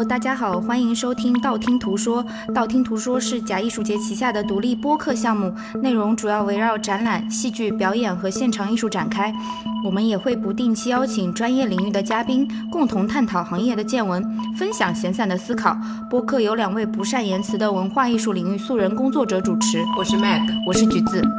大家好，欢迎收听道听途说。道听途说是假艺术节旗下的独立播客项目，内容主要围绕展览、戏剧表演和现场艺术展开。我们也会不定期邀请专业领域的嘉宾，共同探讨行业的见闻，分享闲散的思考。播客由2位不善言辞的文化艺术领域素人工作者主持。 我是 Mac， 我是橘子。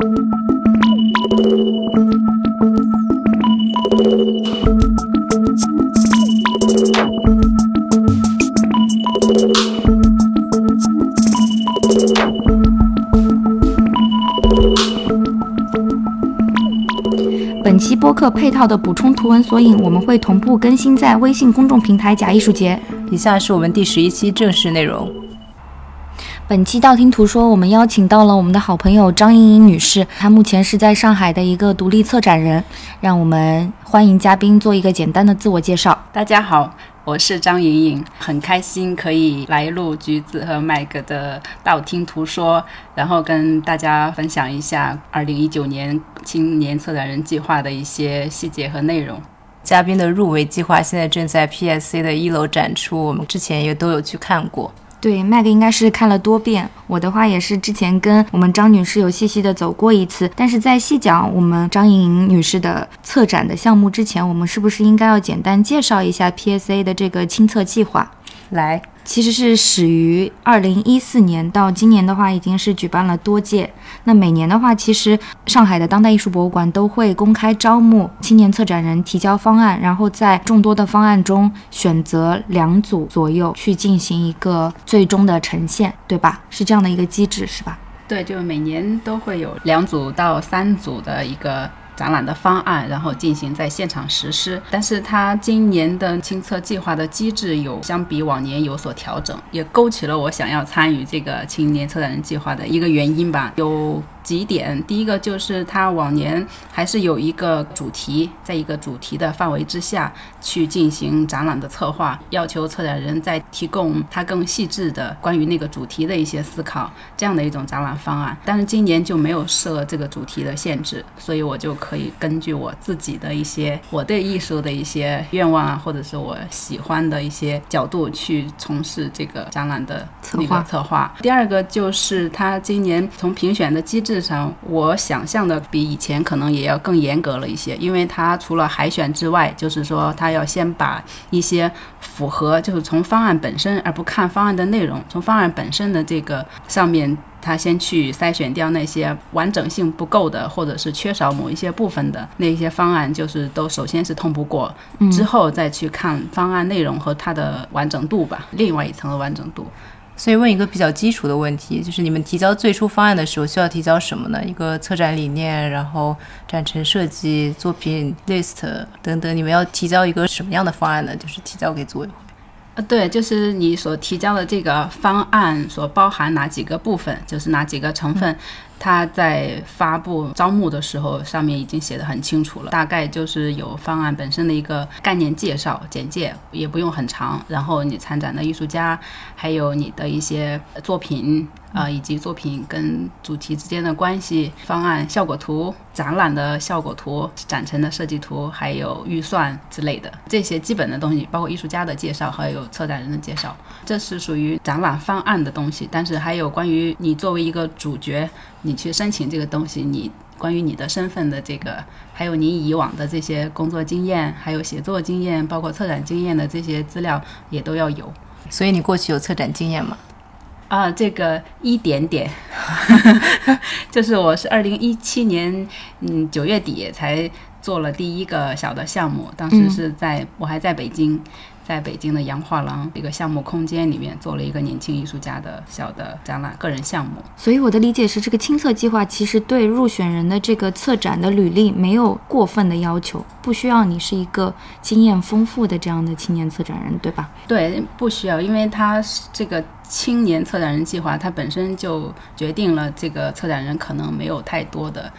本期播客配套的补充图文索引，我们会同步更新在微信公众平台假艺术节。 以下是我们第11期正式内容。 本期道听途说，我们邀请到了我们的好朋友张莹莹女士，她目前是在上海的一个独立策展人。让我们欢迎嘉宾做一个简单的自我介绍。 大家好，我是张莹莹，很开心可以来录橘子和麦克的道听途说，然后跟大家分享一下2019年青年策展人计划的一些细节和内容。 嘉宾的入围计划现在正在 PSC 的1楼展出，我们之前也都有去看过。 对，麦克应该是看了多遍，我的话也是之前跟我们张女士有细细的走过一次。但是在细讲我们张莹莹女士的策展的项目之前，我们是不是应该要简单介绍一下 PSA 的这个青策计划？ 来， 其实是始于2014年，到今年的话已经是举办了多届。那每年的话，其实上海的当代艺术博物馆都会公开招募青年策展人提交方案，然后在众多的方案中选择2组左右去进行一个最终的呈现，对吧？是这样的一个机制，是吧？ 对，就每年都会有2组到3组的一个展览的方案，然后进行在现场实施。但是它今年的青策计划的机制有相比往年有所调整，也勾起了我想要参与这个青年策展人计划的一个原因吧。有几点，第一个就是它往年还是有一个主题，在一个主题的范围之下去进行展览的策划，要求策展人在提供他更细致的关于那个主题的一些思考，这样的一种展览方案。但是今年就没有设这个主题的限制，所以我就可以根据我自己的一些我对艺术的一些愿望啊，或者是我喜欢的一些角度去从事这个展览的那个策划。第二个就是它今年从评选的机制上，我想象的比以前可能也要更严格了一些，因为它除了海选之外，就是说它要先把一些符合，就是从方案本身而不看方案的内容，从方案本身的这个上面他先去筛选掉那些完整性不够的，或者是缺少某一些部分的那些方案，就是都首先是通不过，之后再去看方案内容和它的完整度吧，另外一层的完整度。 所以问一个比较基础的问题，就是你们提交最初方案的时候需要提交什么呢？一个策展理念，然后展陈设计、作品 list 等等，你们要提交一个什么样的方案呢？就是提交给组委会。 对，就是你所提交的这个方案所包含哪几个部分，就是哪几个成分，它在发布招募的时候上面已经写得很清楚了，大概就是有方案本身的一个概念介绍简介，也不用很长，然后你参展的艺术家，还有你的一些作品以及作品跟主题之间的关系，方案效果图、展览的效果图、展陈的设计图，还有预算之类的这些基本的东西，包括艺术家的介绍还有策展人的介绍，这是属于展览方案的东西。但是还有关于你作为一个主角，你去申请这个东西，你关于你的身份的这个，还有你以往的这些工作经验，还有写作经验，包括策展经验的这些资料也都要有。 所以你过去有策展经验吗？ 这个一点点就是我是2017年9月底才做了第一个小的项目，当时是我还在北京，在北京的洋画廊一个项目空间里面做了一个年轻艺术家的小的展览个人项目。 所以我的理解是，这个青策计划其实对入选人的这个策展的履历没有过分的要求，不需要你是一个经验丰富的这样的青年策展人，对吧？ 对，不需要，因为它这个青年策展人计划它本身就决定了这个策展人可能没有太多的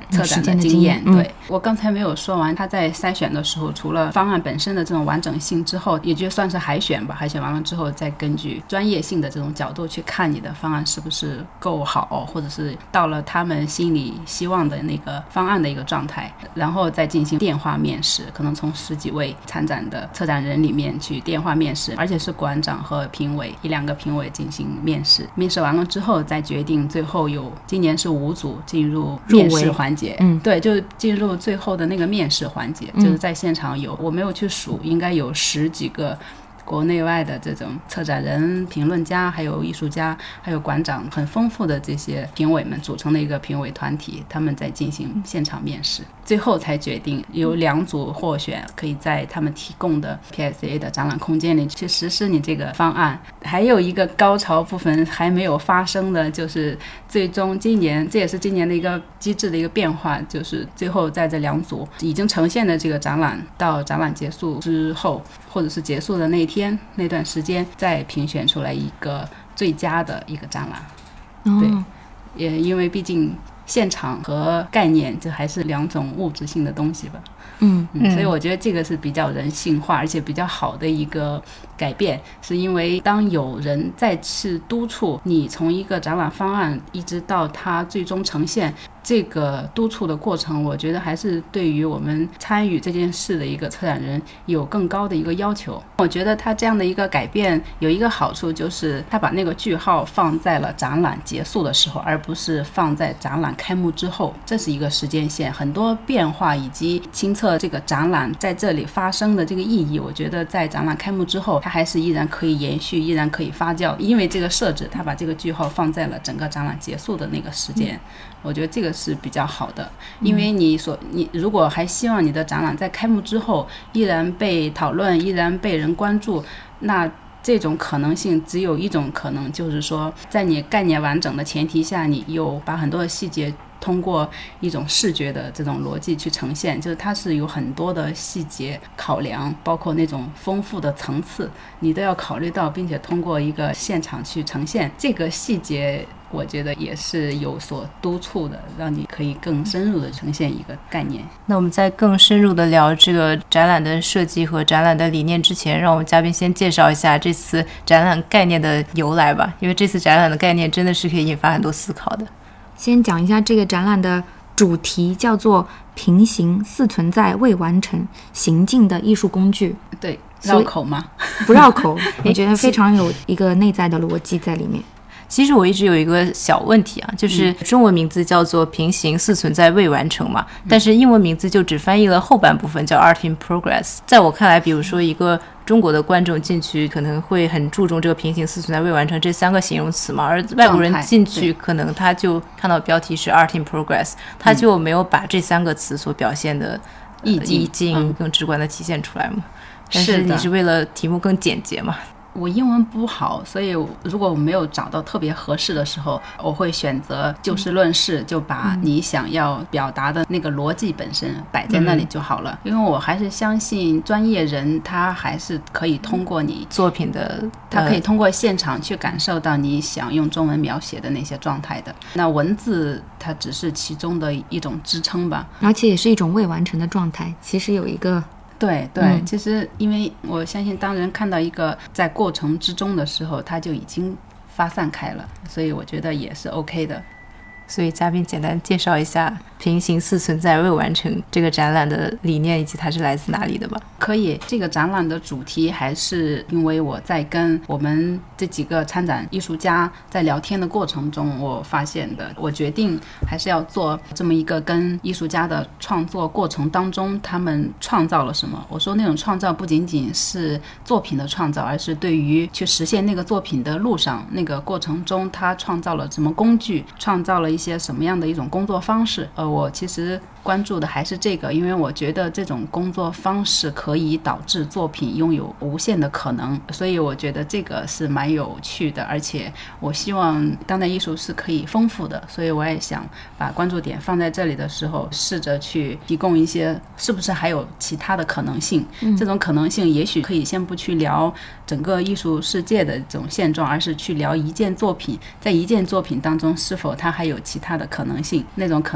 策展的经验。对，我刚才没有说完，他在筛选的时候，除了方案本身的这种完整性之后，也就算是海选吧，海选完了之后再根据专业性的这种角度去看你的方案是不是够好，或者是到了他们心里希望的那个方案的一个状态，然后再进行电话面试，可能从10几位参展的策展人里面去电话面试，而且是馆长和评委1-2个评委进行面试，面试完了之后再决定，最后今年是5组进入面试环节。对，就进入最后的那个面试环节，就是在现场我没有去数，应该有10几个国内外的这种策展人、评论家，还有艺术家，还有馆长，很丰富的这些评委们组成的一个评委团体，他们在进行现场面试，最后才决定有2组获选，可以在他们提供的 PSA 的展览空间里去实施你这个方案。还有一个高潮部分还没有发生的，就是最终今年，这也是今年的一个机制的一个变化，就是最后在这2组已经呈现的这个展览，到展览结束之后，或者是结束的那天那段时间，再评选出来一个最佳的一个展览。对，也因为毕竟现场和概念这还是2种物质性的东西吧。所以我觉得这个是比较人性化而且比较好的一个改变，是因为当有人再次督促你从一个展览方案一直到它最终呈现，这个督促的过程，我觉得还是对于我们参与这件事的一个策展人有更高的一个要求。我觉得他这样的一个改变有一个好处，就是他把那个句号放在了展览结束的时候，而不是放在展览开幕之后，这是一个时间线，很多变化以及清测这个展览在这里发生的这个意义，我觉得在展览开幕之后它还是依然可以延续，依然可以发酵，因为这个设置他把这个句号放在了整个展览结束的那个时间。我觉得这个是比较好的，因为你如果还希望你的展览在开幕之后依然被讨论，依然被人关注，那这种可能性只有一种可能，就是说在你概念完整的前提下，你有把很多的细节通过一种视觉的这种逻辑去呈现，就是它是有很多的细节考量，包括那种丰富的层次你都要考虑到，并且通过一个现场去呈现这个细节，我觉得也是有所督促的，让你可以更深入的呈现一个概念。 那我们在更深入的聊这个展览的设计和展览的理念之前，让我们嘉宾先介绍一下这次展览概念的由来吧，因为这次展览的概念真的是可以引发很多思考的。 先讲一下这个展览的主题，叫做平行似存在未完成行进的艺术工具。 对，绕口吗？ 不绕口我觉得非常有一个内在的逻辑在里面。 其实我一直有一个小问题啊，就是中文名字叫做平行似存在未完成嘛，但是英文名字就只翻译了后半部分叫 Art in Progress。 在我看来，比如说一个中国的观众进去可能会很注重这个平行似存在未完成这3个形容词嘛，而外国人进去可能他就看到标题是 Art in Progress， 他就没有把这3个词所表现的意境更直观的体现出来嘛。但是你是为了题目更简洁嘛。 我英文不好，所以如果我没有找到特别合适的时候，我会选择就事论事，就把你想要表达的那个逻辑本身摆在那里就好了。因为我还是相信专业人他还是可以通过你作品的他可以通过现场去感受到你想用中文描写的那些状态的，那文字它只是其中的一种支撑吧， 而且也是一种未完成的状态。其实有一个对对，其实因为我相信当人看到一个在过程之中的时候，他就已经发散开了，所以我觉得也是 OK 的。 所以嘉宾简单介绍一下平行似存在未完成这个展览的理念以及它是来自哪里的吧。 可以，这个展览的主题还是因为我在跟我们这几个参展艺术家在聊天的过程中我发现的，我决定还是要做这么一个跟艺术家的创作过程当中他们创造了什么。我说那种创造不仅仅是作品的创造，而是对于去实现那个作品的路上那个过程中他创造了什么工具，创造了一些什么样的一种工作方式。我其实关注的还是这个，因为我觉得这种工作方式可以导致作品拥有无限的可能，所以我觉得这个是蛮有趣的，而且我希望当代艺术是可以丰富的，所以我也想把关注点放在这里的时候，试着去提供一些是不是还有其他的可能性。这种可能性也许可以先不去聊整个艺术世界的这种现状，而是去聊一件作品，在一件作品当中是否它还有其他的可能性，那种可能性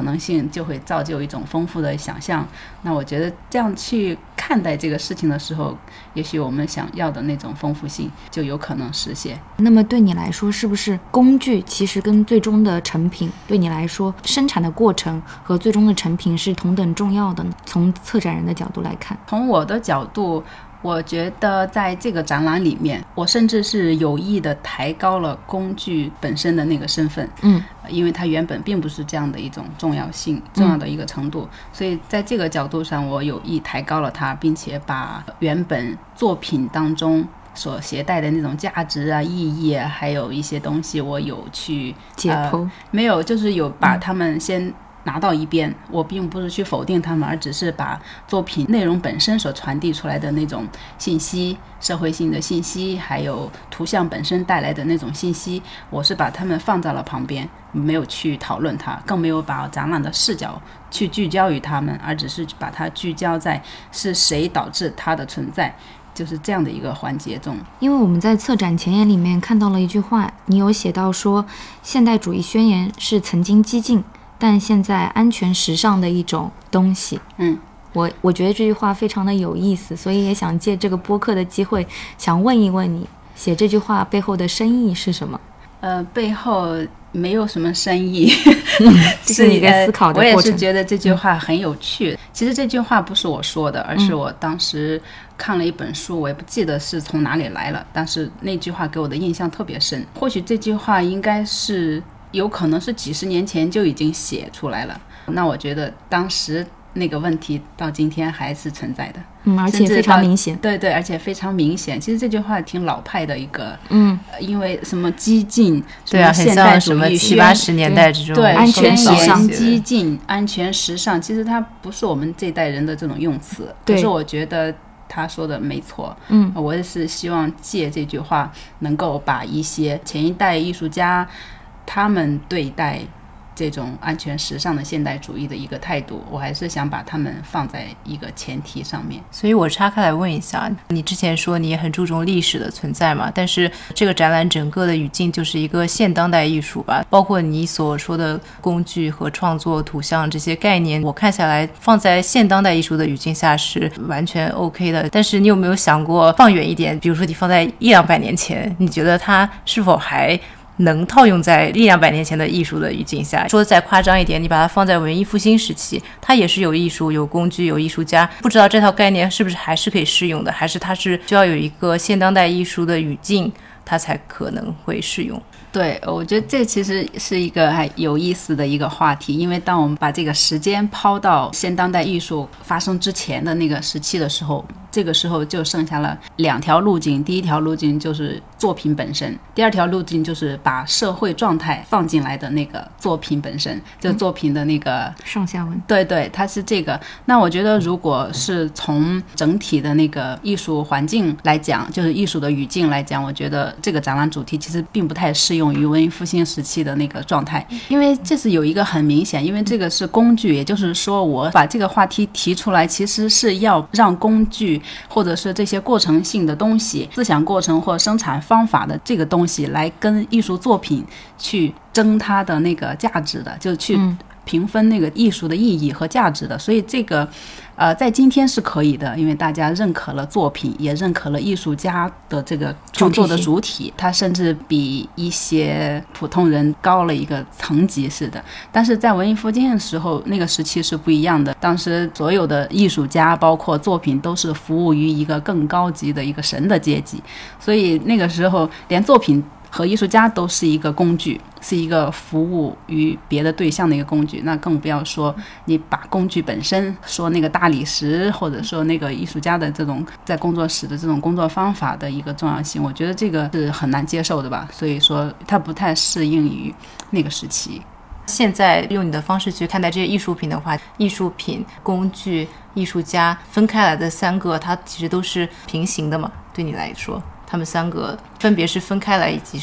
定就会造就一种丰富的想象。那我觉得这样去看待这个事情的时候，也许我们想要的那种丰富性就有可能实现。 那么对你来说，是不是工具其实跟最终的成品，对你来说生产的过程和最终的成品是同等重要的呢？从策展人的角度来看。 从我的角度，我觉得在这个展览里面，我甚至是有意的抬高了工具本身的那个身份，因为它原本并不是这样的一种重要的一个程度，所以在这个角度上，我有意抬高了它，并且把原本作品当中所携带的那种价值啊、意义啊，还有一些东西，我有去解剖， 没有，就是有把它们先拿到一边，我并不是去否定他们，而只是把作品内容本身所传递出来的那种信息，社会性的信息，还有图像本身带来的那种信息，我是把它们放在了旁边，没有去讨论它，更没有把展览的视角去聚焦于它们，而只是把它聚焦在是谁导致它的存在，就是这样的一个环节中。 因为我们在策展前言里面看到了一句话，你有写到说，现代主义宣言是曾经激进但现在安全时尚的一种东西。我觉得这句话非常的有意思，所以也想借这个播客的机会，想问一问你，写这句话背后的深意是什么？ 背后没有什么深意， 这是一个思考的过程。 我也是觉得这句话很有趣。其实这句话不是我说的，而是我当时看了一本书，我也不记得是从哪里来了，但是那句话给我的印象特别深。或许这句话应该是有可能是几十年前就已经写出来了，那我觉得当时那个问题到今天还是存在的， 而且非常明显。 对，而且非常明显。其实这句话挺老派的一个，因为什么激进， 对啊，很像什么70、80年代这种对安全时尚、 激进、安全时尚，其实它不是我们这代人的这种用词，可是我觉得他说的没错。我也是希望借这句话能够把一些前一代艺术家他们对待这种安全时尚的现代主义的一个态度，我还是想把他们放在一个前提上面。 所以我岔开来问一下，你之前说你也很注重历史的存在嘛，但是这个展览整个的语境就是一个现当代艺术吧，包括你所说的工具和创作图像这些概念，我看下来放在现当代艺术的语境下是完全 OK 的。但是你有没有想过放远一点，比如说你放在100-200年前，你觉得它是否还能套用在100-200年前的艺术的语境下？说再夸张一点，你把它放在文艺复兴时期，它也是有艺术、有工具、有艺术家，不知道这套概念是不是还是可以适用的，还是它是需要有一个现当代艺术的语境它才可能会适用？ 对，我觉得这其实是一个还有意思的一个话题，因为当我们把这个时间抛到现当代艺术发生之前的那个时期的时候，这个时候就剩下了2条路径。第一条路径就是作品本身，第二条路径就是把社会状态放进来的那个作品本身，就作品的那个上下文。 对，它是这个。那我觉得如果是从整体的那个艺术环境来讲，就是艺术的语境来讲，我觉得这个展览主题其实并不太适用于文艺复兴时期的那个状态，因为这是有一个很明显，因为这个是工具，也就是说我把这个话题提出来，其实是要让工具或者是这些过程性的东西，思想过程或生产方法的这个东西来跟艺术作品去争它的那个价值的，就去评分那个艺术的意义和价值的。所以这个在今天是可以的，因为大家认可了作品，也认可了艺术家的这个创作的主体，它甚至比一些普通人高了一个层级似的。但是在文艺复兴的时候，那个时期是不一样的，当时所有的艺术家包括作品都是服务于一个更高级的一个神的阶级，所以那个时候连作品和艺术家都是一个工具，是一个服务于别的对象的一个工具，那更不要说你把工具本身说那个大理石，或者说那个艺术家的这种在工作室的这种工作方法的一个重要性，我觉得这个是很难接受的吧，所以说它不太适应于那个时期。 现在用你的方式去看待这些艺术品的话，艺术品、工具、艺术家分开来的3个，它其实都是平行的嘛？对你来说他们3个分别是分开来以及是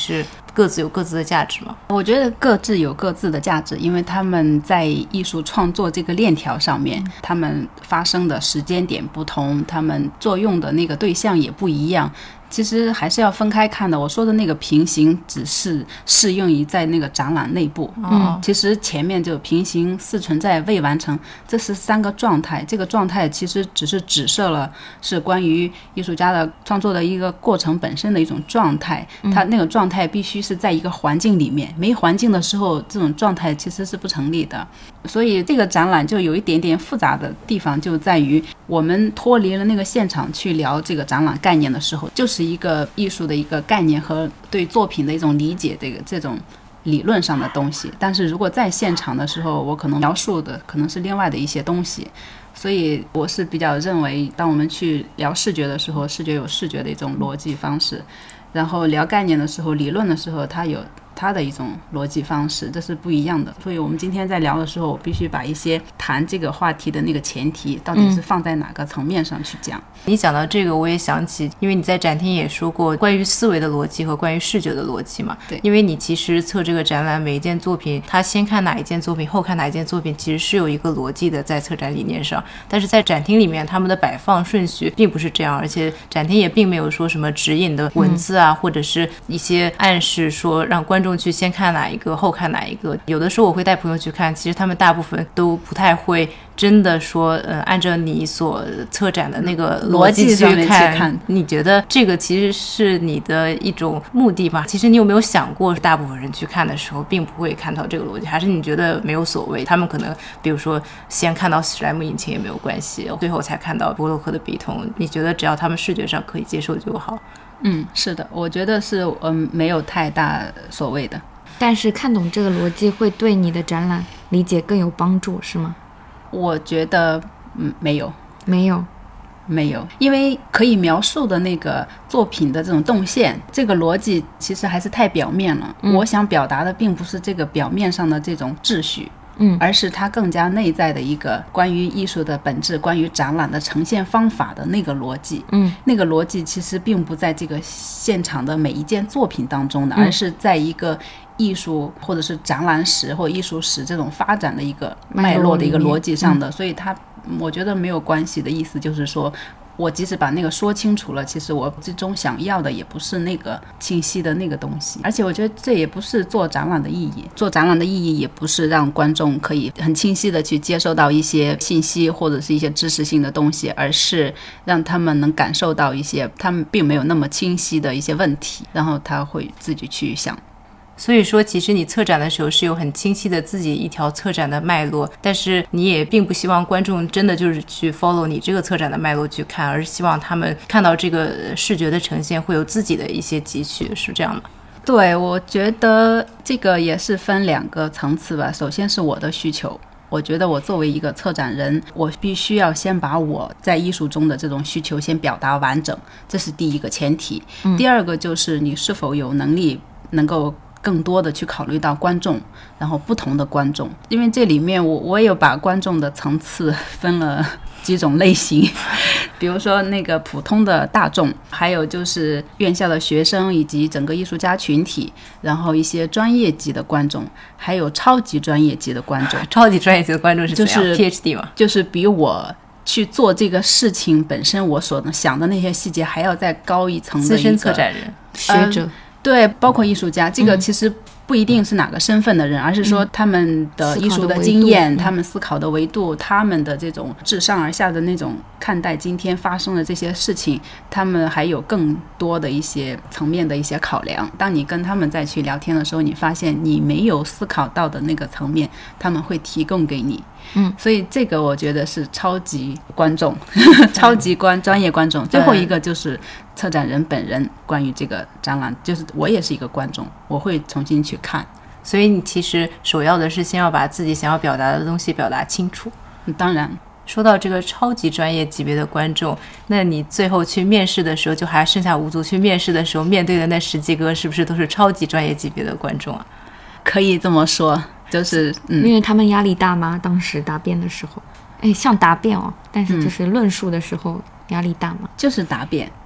各自有各自的价值吗？ 我觉得各自有各自的价值，因为他们在艺术创作这个链条上面，他们发生的时间点不同，他们作用的那个对象也不一样。其实还是要分开看的。我说的那个平行只是适用于在那个展览内部，其实前面就平行似存在未完成，这是3个状态。这个状态其实只是指涉了是关于艺术家的创作的一个过程本身的一种状态，它那个状态必须是在一个环境里面，没环境的时候这种状态其实是不成立的。所以这个展览就有一点点复杂的地方，就在于我们脱离了那个现场去聊这个展览概念的时候，就是一个艺术的一个概念和对作品的一种理解，这种理论上的东西。但是如果在现场的时候，我可能描述的可能是另外的一些东西。所以我是比较认为，当我们去聊视觉的时候，视觉有视觉的一种逻辑方式，然后聊概念的时候，理论的时候，它有它的一种逻辑方式，这是不一样的。所以我们今天在聊的时候，我必须把一些谈这个话题的那个前提到底是放在哪个层面上去讲。 你讲到这个，我也想起，因为你在展厅也说过关于思维的逻辑和关于视觉的逻辑嘛。 对， 因为你其实测这个展览每一件作品，他先看哪一件作品，后看哪一件作品，其实是有一个逻辑的在策展理念上。但是在展厅里面，他们的摆放顺序并不是这样，而且展厅也并没有说什么指引的文字啊，或者是一些暗示说让观众去先看哪一个后看哪一个。有的时候我会带朋友去看，其实他们大部分都不太会真的说按照你所策展的那个逻辑去看。你觉得这个其实是你的一种目的吗？其实你有没有想过大部分人去看的时候并不会看到这个逻辑，还是你觉得没有所谓，他们可能比如说先看到史莱姆引擎也没有关系，最后才看到波洛克的笔筒，你觉得只要他们视觉上可以接受就好？ 是的，我觉得是没有太大所谓的。 但是看懂这个逻辑会对你的展览理解更有帮助，是吗？ 我觉得没有，因为可以描述的那个作品的这种动线，这个逻辑其实还是太表面了。我想表达的并不是这个表面上的这种秩序，而是它更加内在的一个关于艺术的本质，关于展览的呈现方法的那个逻辑。那个逻辑其实并不在这个现场的每一件作品当中的，而是在一个艺术或者是展览史或艺术史这种发展的一个脉络的一个逻辑上的。所以它我觉得没有关系的意思就是说，我即使把那个说清楚了，其实我最终想要的也不是那个清晰的那个东西。而且我觉得这也不是做展览的意义，做展览的意义也不是让观众可以很清晰的去接受到一些信息或者是一些知识性的东西，而是让他们能感受到一些他们并没有那么清晰的一些问题，然后他会自己去想。 所以说其实你策展的时候是有很清晰的自己一条策展的脉络，但是你也并不希望观众真的就是去 follow 你这个策展的脉络去看，而是希望他们看到这个视觉的呈现会有自己的一些汲取，是这样吗？ 对，我觉得这个也是分2个层次吧。首先是我的需求，我觉得我作为一个策展人，我必须要先把我在艺术中的这种需求先表达完整，这是第一个前提。第二个就是你是否有能力能够更多的去考虑到观众，然后不同的观众，因为这里面我有把观众的层次分了几种类型，比如说那个普通的大众，还有就是院校的学生以及整个艺术家群体，然后一些专业级的观众，还有超级专业级的观众。 超级专业级的观众是怎样？就是 PhD 吗？ 就是比我去做这个事情本身我所想的那些细节还要再高一层的资深策展人、 学者。 对，包括艺术家，这个其实不一定是哪个身份的人，而是说他们的艺术的经验，他们思考的维度，他们的这种自上而下的那种看待今天发生的这些事情，他们还有更多的一些层面的一些考量。当你跟他们再去聊天的时候，你发现你没有思考到的那个层面，他们会提供给你。所以这个我觉得是超级观众超级专业观众。最后一个就是策展人本人，关于这个展览，就是我也是一个观众，我会重新去看。 所以你其实首要的是先要把自己想要表达的东西表达清楚。 当然说到这个超级专业级别的观众，那你最后去面试的时候，就还剩下5组去面试的时候，面对的那10几个是不是都是超级专业级别的观众啊？ 可以这么说，就是因为他们压力大吗？当时答辩的时候，像答辩哦，但是就是论述的时候压力大吗？ 就是答辩，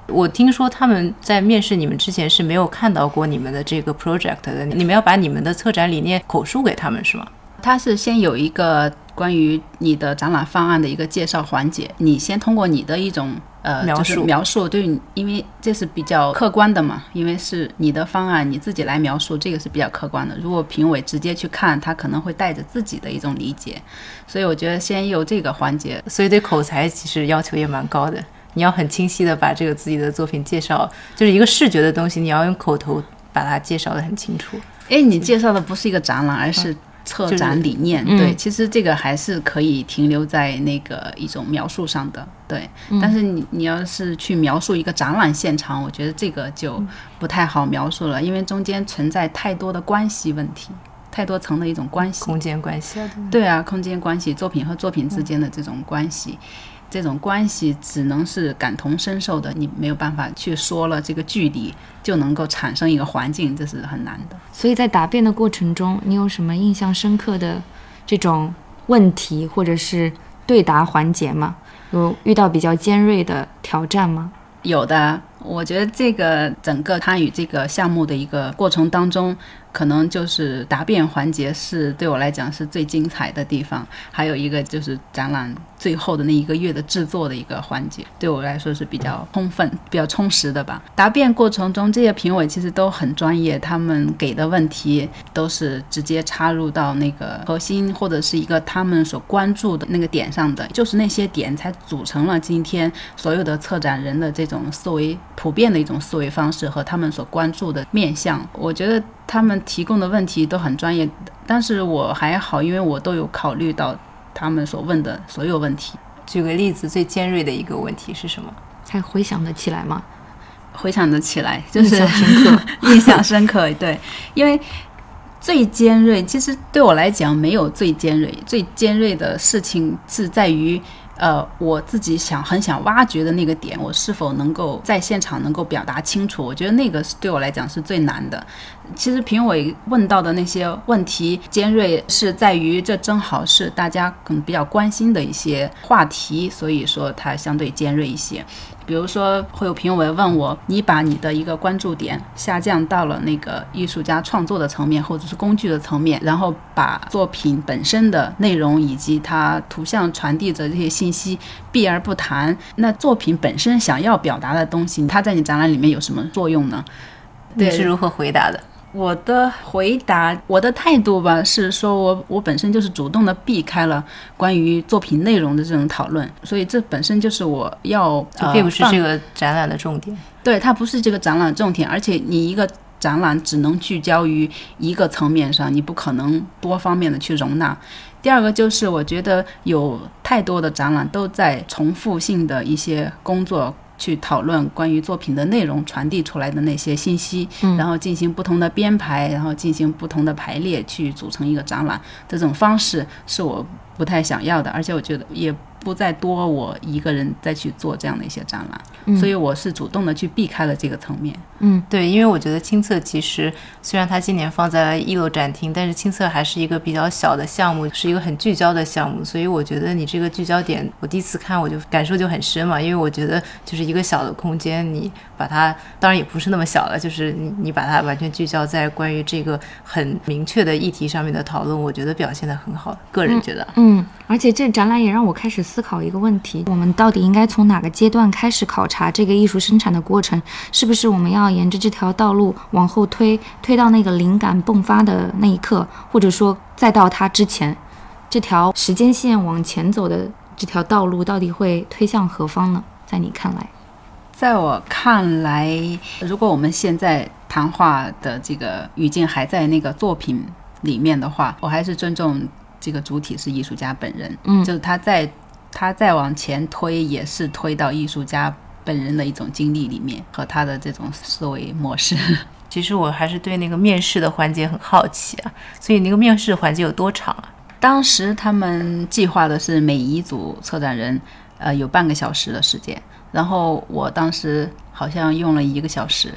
我听说他们在面试你们之前是没有看到过你们的这个 project 的，你们要把你们的策展理念口述给他们是吗？ 它是先有一个关于你的展览方案的一个介绍环节，你先通过你的一种描述，对，因为这是比较客观的嘛，因为是你的方案你自己来描述，这个是比较客观的。如果评委直接去看，他可能会带着自己的一种理解，所以我觉得先有这个环节。 所以对口才其实要求也蛮高的，你要很清晰的把这个自己的作品介绍，就是一个视觉的东西，你要用口头把它介绍的很清楚。 你介绍的不是一个展览，而是策展理念，对，其实这个还是可以停留在那个一种描述上的，对，但是你要是去描述一个展览现场，我觉得这个就不太好描述了，因为中间存在太多的关系问题，太多层的一种关系， 空间关系， 对啊，空间关系，作品和作品之间的这种关系，这种关系只能是感同身受的，你没有办法去说了这个距离就能够产生一个环境，这是很难的。 所以在答辩的过程中，你有什么印象深刻的这种问题或者是对答环节吗？有遇到比较尖锐的挑战吗？ 有的，我觉得这个整个参与这个项目的一个过程当中，可能就是答辩环节是对我来讲是最精彩的地方，还有一个就是展览最后的那1个月的制作的一个环节，对我来说是比较充分比较充实的吧。答辩过程中这些评委其实都很专业，他们给的问题都是直接插入到那个核心或者是一个他们所关注的那个点上的，就是那些点才组成了今天所有的策展人的这种思维，普遍的一种思维方式和他们所关注的面向。我觉得他们提供的问题都很专业，但是我还好，因为我都有考虑到他们所问的所有问题。 举个例子，最尖锐的一个问题是什么？ 还回想得起来吗？ 回想得起来，就是印象深刻对，因为最尖锐其实对我来讲没有最尖锐，最尖锐的事情是在于我自己很想挖掘的那个点，我是否能够在现场能够表达清楚，我觉得那个对我来讲是最难的。其实评委问到的那些问题尖锐是在于这正好是大家可能比较关心的一些话题，所以说它相对尖锐一些。比如说会有评委问我，你把你的一个关注点下降到了那个艺术家创作的层面或者是工具的层面，然后把作品本身的内容以及它图像传递着这些信息避而不谈，那作品本身想要表达的东西它在你展览里面有什么作用呢？ 你是如何回答的？ 我的回答，我的态度吧，是说我本身就是主动的避开了关于作品内容的这种讨论，所以这本身就是我要就并不是这个展览的重点。 对，它不是这个展览的重点，而且你一个展览只能聚焦于一个层面上，你不可能多方面的去容纳。第二个就是我觉得有太多的展览都在重复性的一些工作去讨论关于作品的内容传递出来的那些信息，然后进行不同的编排，然后进行不同的排列去组成一个展览，这种方式是我不太想要的，而且我觉得也不再多我一个人再去做这样的一些展览，所以我是主动的去避开了这个层面。 对，因为我觉得青策其实虽然它今年放在了1楼展厅，但是青策还是一个比较小的项目，是一个很聚焦的项目，所以我觉得你这个聚焦点，我第一次看我就感受就很深嘛，因为我觉得就是一个小的空间，你把它当然也不是那么小了，就是你把它完全聚焦在关于这个很明确的议题上面的讨论，我觉得表现得很好，个人觉得。 而且这展览也让我开始思考一个问题，我们到底应该从哪个阶段开始考察这个艺术生产的过程，是不是我们要沿着这条道路往后推到那个灵感迸发的那一刻，或者说再到它之前，这条时间线往前走的这条道路到底会推向何方呢？在你看来？ 在我看来，如果我们现在谈话的这个语境还在那个作品里面的话，我还是尊重这个主体是艺术家本人，就是他再往前推也是推到艺术家本人的一种经历里面和他的这种思维模式。 其实我还是对那个面试的环节很好奇啊，所以那个面试环节有多长啊？ 当时他们计划的是每一组策展人有半个小时的时间，然后我当时好像用了1个小时。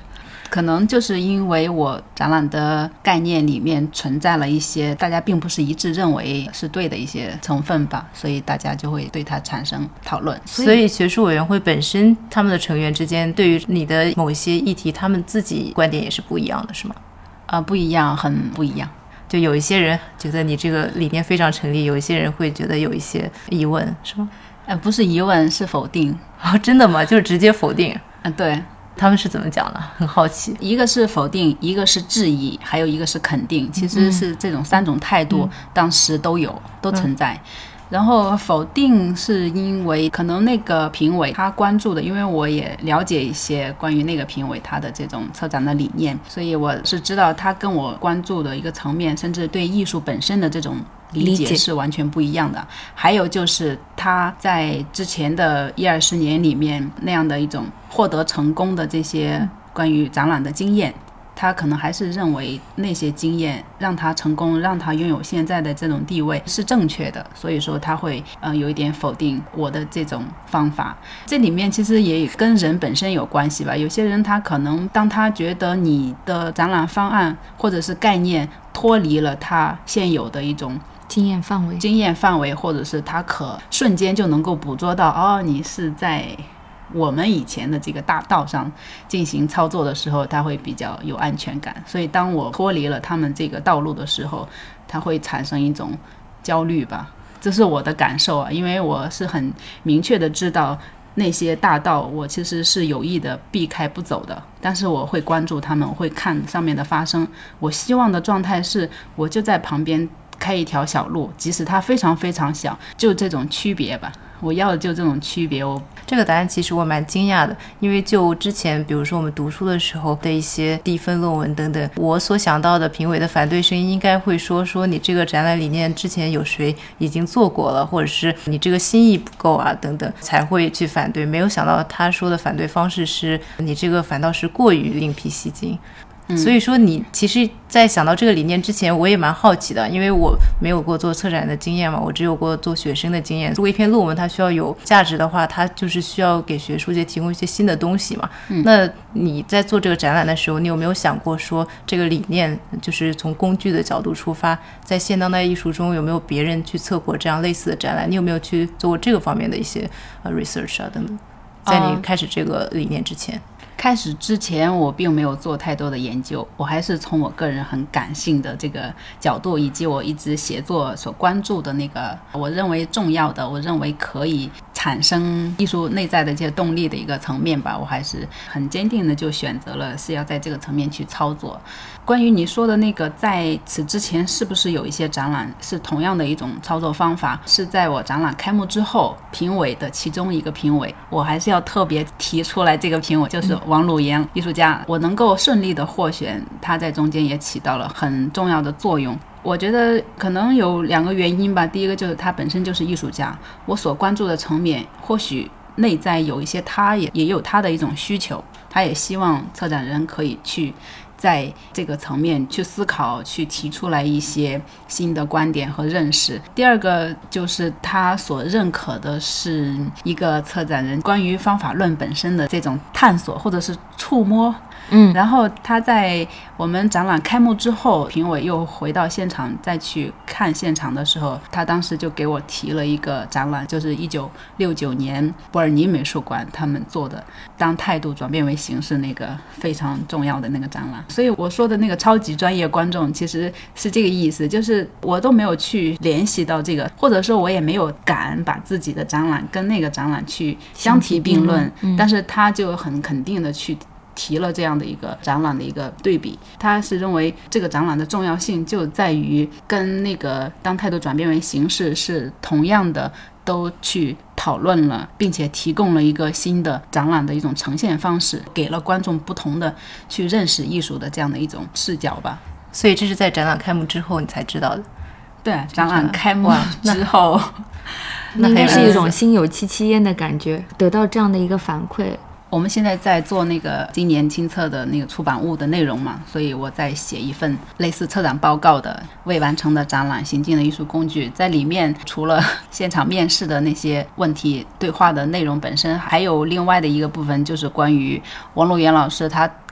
可能就是因为我展览的概念里面存在了一些大家并不是一致认为是对的一些成分吧，所以大家就会对它产生讨论。 所以学术委员会本身他们的成员之间对于你的某一些议题他们自己观点也是不一样的是吗？ 不一样，很不一样。 就有一些人觉得你这个理念非常成立，有一些人会觉得有一些疑问是吗？ 不是疑问，是否定。 真的吗？就是直接否定？ 对。 他们是怎么讲的？很好奇。 一个是否定，一个是质疑，还有一个是肯定，其实是这种3种态度当时都有，都存在。然后否定是因为可能那个评委他关注的，因为我也了解一些关于那个评委他的这种策展的理念，所以我是知道他跟我关注的一个层面，甚至对艺术本身的这种理解是完全不一样的。还有就是他在之前的10-20年里面那样的一种获得成功的这些关于展览的经验，他可能还是认为那些经验让他成功，让他拥有现在的这种地位是正确的，所以说他会有一点否定我的这种方法。这里面其实也跟人本身有关系吧，有些人他可能当他觉得你的展览方案或者是概念脱离了他现有的一种经验范围， 或者是他可瞬间就能够捕捉到你是在我们以前的这个大道上进行操作的时候，他会比较有安全感。所以当我脱离了他们这个道路的时候，他会产生一种焦虑吧，这是我的感受啊。因为我是很明确的知道那些大道我其实是有意的避开不走的，但是我会关注他们，我会看上面的发生。我希望的状态是我就在旁边开一条小路，即使它非常非常小，就这种区别吧，我要的就这种区别。 这个答案其实我蛮惊讶的，因为就之前比如说我们读书的时候的一些低分论文等等，我所想到的评委的反对声音应该会说你这个展览理念之前有谁已经做过了，或者是你这个心意不够啊等等，才会去反对。没有想到他说的反对方式是你这个反倒是过于另辟蹊径。所以说你其实在想到这个理念之前，我也蛮好奇的，因为我没有过做策展的经验嘛，我只有过做学生的经验。如果一篇论文它需要有价值的话，它就是需要给学术界提供一些新的东西嘛。那你在做这个展览的时候，你有没有想过说这个理念就是从工具的角度出发，在现当代艺术中有没有别人去策过这样类似的展览？你有没有去做过这个方面的一些research 啊等等，在你开始这个理念之前？ 开始之前我并没有做太多的研究，我还是从我个人很感性的这个角度，以及我一直写作所关注的那个我认为重要的，我认为可以产生艺术内在的这些动力的一个层面吧，我还是很坚定的就选择了是要在这个层面去操作。关于你说的那个在此之前是不是有一些展览是同样的一种操作方法，是在我展览开幕之后，评委的其中一个评委，我还是要特别提出来，这个评委就是王鲁岩艺术家，我能够顺利的获选，他在中间也起到了很重要的作用。我觉得可能有2个原因吧，第一个就是他本身就是艺术家，我所关注的层面或许内在有一些他也有他的一种需求，他也希望策展人可以去在这个层面去思考，去提出来一些新的观点和认识。第二个就是他所认可的是一个策展人关于方法论本身的这种探索或者是触摸。然后他在我们展览开幕之后，评委又回到现场再去看现场的时候，他当时就给我提了一个展览，就是1969年伯尔尼美术馆他们做的当态度转变为形式那个非常重要的那个展览。所以我说的那个超级专业观众其实是这个意思，就是我都没有去联系到这个，或者说我也没有敢把自己的展览跟那个展览去相提并论，但是他就很肯定的去提了这样的一个展览的一个对比。他是认为这个展览的重要性就在于跟那个当态度转变为形式是同样的，都去讨论了，并且提供了一个新的展览的一种呈现方式，给了观众不同的去认识艺术的这样的一种视角吧。 所以这是在展览开幕之后你才知道的？ 对，展览开幕之后那应该是一种心有戚戚焉的感觉，得到这样的一个反馈。 我们现在在做那个今年亲测的那个出版物的内容嘛，所以我在写一份类似策展报告的未完成的展览行进的艺术工具，在里面除了现场面试的那些问题对话的内容本身，还有另外的一个部分就是关于王鲁岩老师他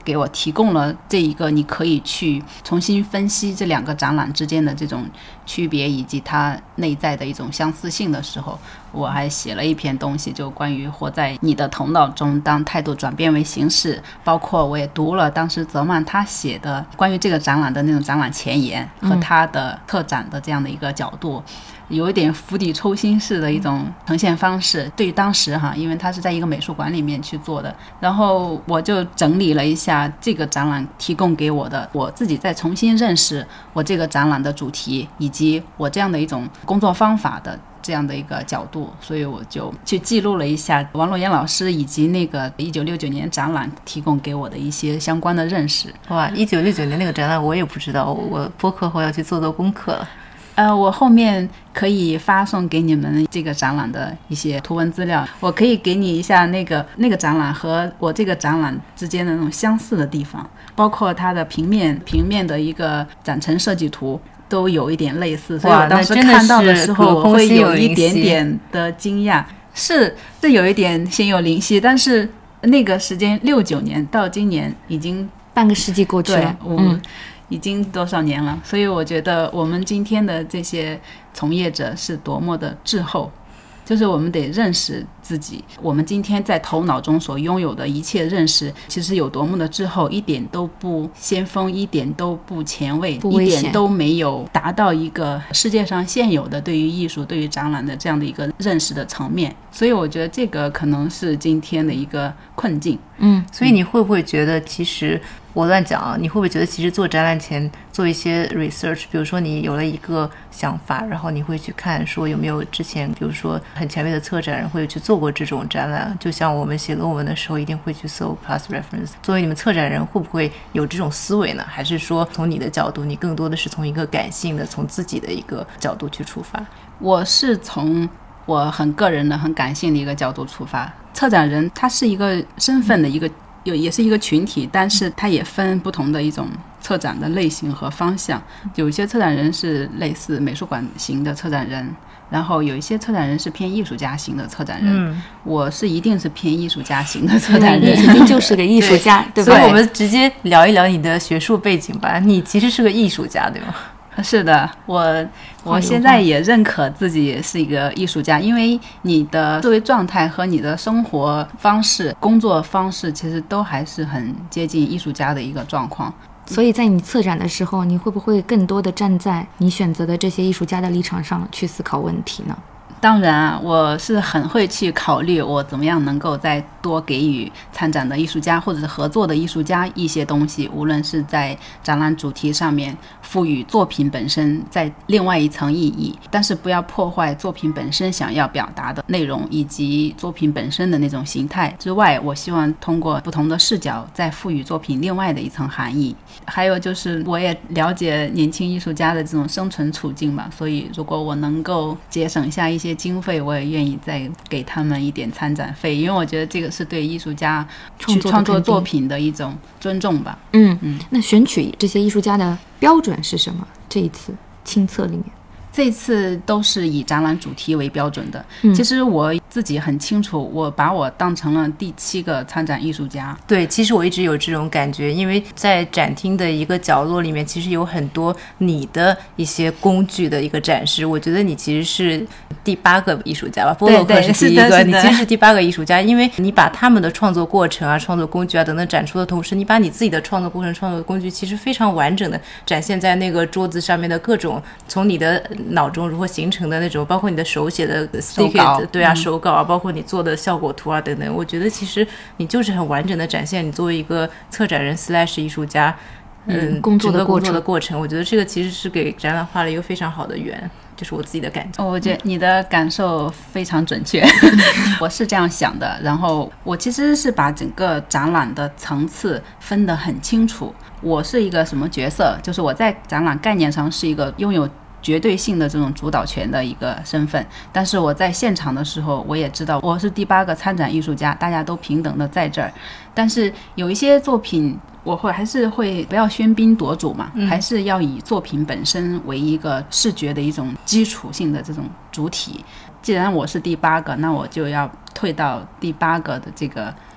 给我提供了这一个你可以去重新分析这两个展览之间的这种区别以及它内在的一种相似性的时候，我还写了一篇东西，就关于活在你的头脑中，当态度转变为形式，包括我也读了当时泽曼他写的关于这个展览的那种展览前言和他的特展的这样的一个角度，有一点釜底抽薪式的一种呈现方式。对于当时因为他是在一个美术馆里面去做的，然后我就整理了一下这个展览提供给我的，我自己再重新认识我这个展览的主题以及我这样的一种工作方法的这样的一个角度，所以我就去记录了一下王洛言老师以及那个1969年展览提供给我的一些相关的认识。 哇，1969年那个展览我也不知道，我播客后要去做功课了。 我后面可以发送给你们这个展览的一些图文资料，我可以给你一下那个展览和我这个展览之间的那种相似的地方，包括它的平面的一个展陈设计图都有一点类似，所以我当时看到的时候我会有一点点的惊讶，是有一点心有灵犀，但是那个时间69年到今年已经半个世纪过去了， 已经多少年了，所以我觉得我们今天的这些从业者是多么的滞后，就是我们得认识自己，我们今天在头脑中所拥有的一切认识其实有多么的滞后，一点都不先锋，一点都不前卫，一点都没有达到一个世界上现有的对于艺术对于展览的这样的一个认识的层面，所以我觉得这个可能是今天的一个困境。 所以你会不会觉得其实我乱讲啊，你会不会觉得其实做展览前做一些 research， 比如说你有了一个想法，然后你会去看说有没有之前比如说很前卫的策展人会去做过这种展览，就像我们写论文的时候一定会去搜 past reference， 作为你们策展人会不会有这种思维呢？还是说从你的角度你更多的是从一个感性的从自己的一个角度去出发？ 我是从我很个人的很感性的一个角度出发，策展人他是一个身份的一个也是一个群体，但是它也分不同的一种策展的类型和方向，有一些策展人是类似美术馆型的策展人，然后有一些策展人是偏艺术家型的策展人，我是一定是偏艺术家型的策展人， 你肯定就是个艺术家对吧？ 所以我们直接聊一聊你的学术背景吧，你其实是个艺术家对吗？ 是的，我现在也认可自己是一个艺术家，因为你的思维状态和你的生活方式工作方式其实都还是很接近艺术家的一个状况。 所以在你策展的时候，你会不会更多的站在你选择的这些艺术家的立场上去思考问题呢？ 当然啊，我是很会去考虑我怎么样能够再多给予参展的艺术家或者是合作的艺术家一些东西，无论是在展览主题上面赋予作品本身在另外一层意义，但是不要破坏作品本身想要表达的内容以及作品本身的那种形态之外，我希望通过不同的视角再赋予作品另外的一层含义。还有就是我也了解年轻艺术家的这种生存处境嘛，所以如果我能够节省下一些经费，我也愿意再给他们一点参展费，因为我觉得这个是对艺术家去创作作品的一种尊重吧。 那选取这些艺术家的标准是什么？这一次亲测里面这次都是以展览主题为标准的。其实我自己很清楚，我把我当成了第7个参展艺术家。 对，其实我一直有这种感觉，因为在展厅的一个角落里面其实有很多你的一些工具的一个展示，我觉得你其实是第8个艺术家吧，波洛克是第1个，你其实是第8个艺术家，因为你把他们的创作过程啊、创作工具啊等等展出的同时，你把你自己的创作过程、创作工具其实非常完整的展现在那个桌子上面的各种，从你的脑中如何形成的那种，包括你的手写的 sticker， 对啊，手稿啊，包括你做的效果图啊等等，我觉得其实你就是很完整的展现你作为一个策展人/艺术家工作的过程。我觉得这个其实是给展览画了一个非常好的圆，就是我自己的感觉。 我觉得你的感受非常准确我是这样想的，然后我其实是把整个展览的层次分得很清楚，我是一个什么角色，就是我在展览概念上是一个拥有绝对性的这种主导权的一个身份，但是我在现场的时候我也知道我是第8个参展艺术家，大家都平等的在这儿，但是有一些作品我还是会不要喧宾夺主嘛，还是要以作品本身为一个视觉的一种基础性的这种主体。既然我是第8个，那我就要退到第8个的这个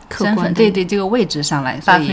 身份， 客观的对对，这个位置上来，所以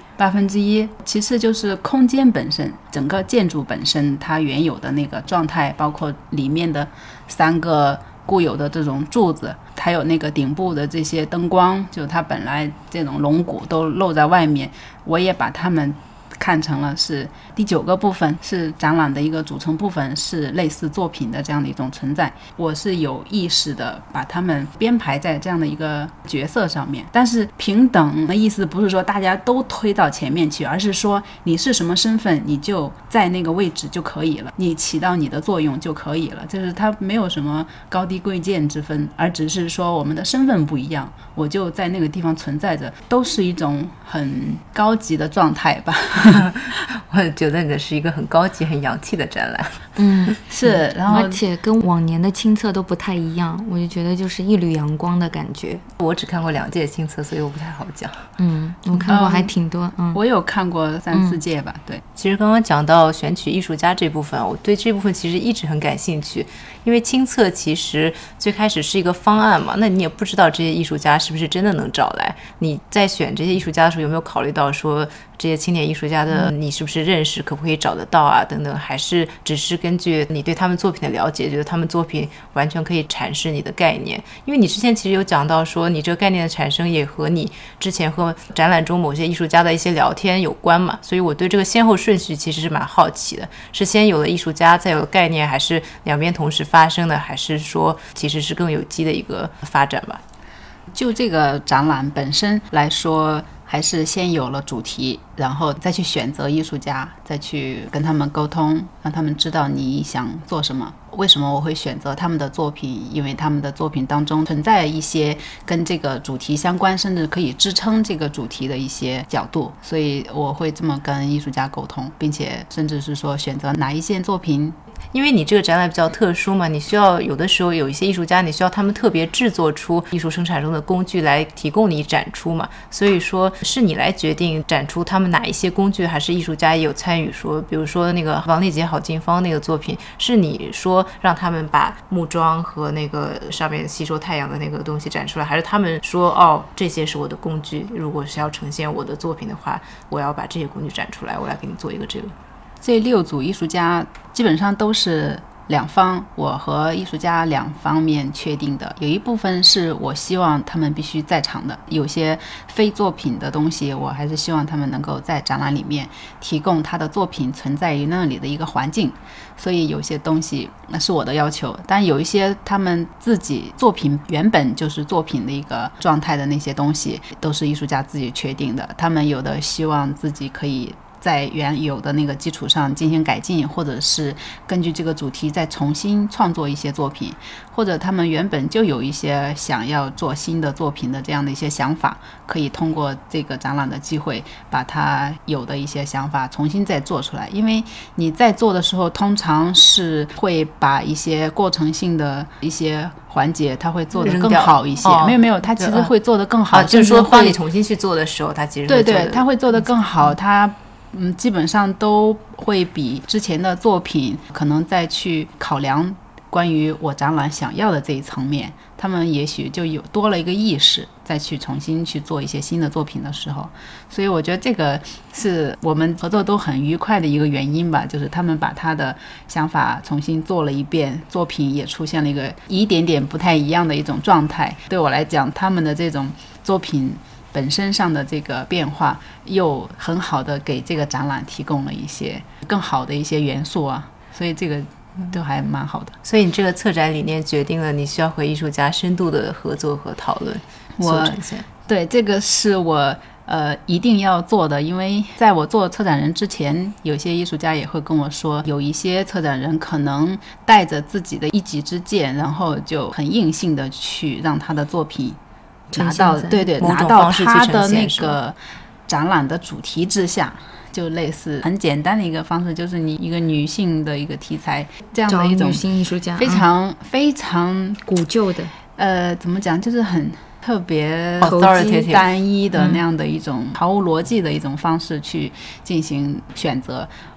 1/8， 其次就是空间本身，整个建筑本身它原有的那个状态，包括里面的3个固有的这种柱子，还有那个顶部的这些灯光，就它本来这种龙骨都露在外面，我也把它们看成了是第9个部分，是展览的一个组成部分，是类似作品的这样的一种存在。我是有意识的把它们编排在这样的一个角色上面，但是平等的意思不是说大家都推到前面去，而是说你是什么身份，你就在那个位置就可以了，你起到你的作用就可以了，就是它没有什么高低贵贱之分，而只是说我们的身份不一样，我就在那个地方存在着，都是一种很高级的状态吧。 我觉得你的是一个很高级很洋气的展览。 是，然后而且跟往年的亲测都不太一样，我就觉得就是一缕阳光的感觉。 我只看过2届亲测，所以我不太好讲。 我看过还挺多。 我有看过3、4届吧。对， 其实刚刚讲到选取艺术家这部分，我对这部分其实一直很感兴趣，因为亲测其实最开始是一个方案嘛，那你也不知道这些艺术家是不是真的能找来。你在选这些艺术家的时候，有没有考虑到说这些青年艺术家的你是不是认识，可不可以找得到啊等等，还是只是根据你对他们作品的了解，觉得他们作品完全可以阐释你的概念？因为你之前其实有讲到说你这个概念的产生也和你之前和展览中某些艺术家的一些聊天有关嘛，所以我对这个先后顺序其实是蛮好奇的，是先有了艺术家再有了概念，还是两边同时发生的，还是说其实是更有机的一个发展吧？ 就这个展览本身来说，还是先有了主题，然后再去选择艺术家，再去跟他们沟通，让他们知道你想做什么。为什么我会选择他们的作品？因为他们的作品当中存在一些跟这个主题相关，甚至可以支撑这个主题的一些角度，所以我会这么跟艺术家沟通，并且甚至是说选择哪一件作品。 因为你这个展览比较特殊嘛，你需要有的时候有一些艺术家，你需要他们特别制作出艺术生产中的工具来提供你展出嘛，所以说是你来决定展出他们哪一些工具，还是艺术家也有参与说，比如说那个王丽杰郝金芳那个作品，是你说让他们把木桩和那个上面吸收太阳的那个东西展出来，还是他们说哦这些是我的工具，如果是要呈现我的作品的话，我要把这些工具展出来，我来给你做一个这个。 这6组艺术家基本上都是两方，我和艺术家两方面确定的，有一部分是我希望他们必须在场的，有些非作品的东西我还是希望他们能够在展览里面提供他的作品存在于那里的一个环境，所以有些东西那是我的要求，但有一些他们自己作品原本就是作品的一个状态的那些东西都是艺术家自己确定的，他们有的希望自己可以在原有的那个基础上进行改进，或者是根据这个主题再重新创作一些作品，或者他们原本就有一些想要做新的作品的这样的一些想法，可以通过这个展览的机会把他有的一些想法重新再做出来。因为你在做的时候通常是会把一些过程性的一些环节他会做得更好一些，没有他其实会做得更好， 就是说帮你重新去做的时候他其实会对他会做得更好，他基本上都会比之前的作品可能再去考量关于我展览想要的这一层面，他们也许就有多了一个意识，再去重新去做一些新的作品的时候，所以我觉得这个是我们合作都很愉快的一个原因吧，就是他们把他的想法重新做了一遍，作品也出现了一点点不太一样的一种状态。对我来讲，他们的这种作品本身上的这个变化又很好的给这个展览提供了一些更好的一些元素啊，所以这个都还蛮好的。 所以你这个策展理念决定了你需要和艺术家深度的合作和讨论所呈现。 对，这个是我一定要做的，因为在我做策展人之前，有些艺术家也会跟我说，有一些策展人可能带着自己的一己之见，然后就很硬性的去让他的作品拿到拿到他的那个展览的主题之下，就类似很简单的一个方式，就是你一个女性的一个题材，这样的一种女性艺术家非常古旧的怎么讲，就是很特别单一的那样的一种毫无逻辑的一种方式去进行选择。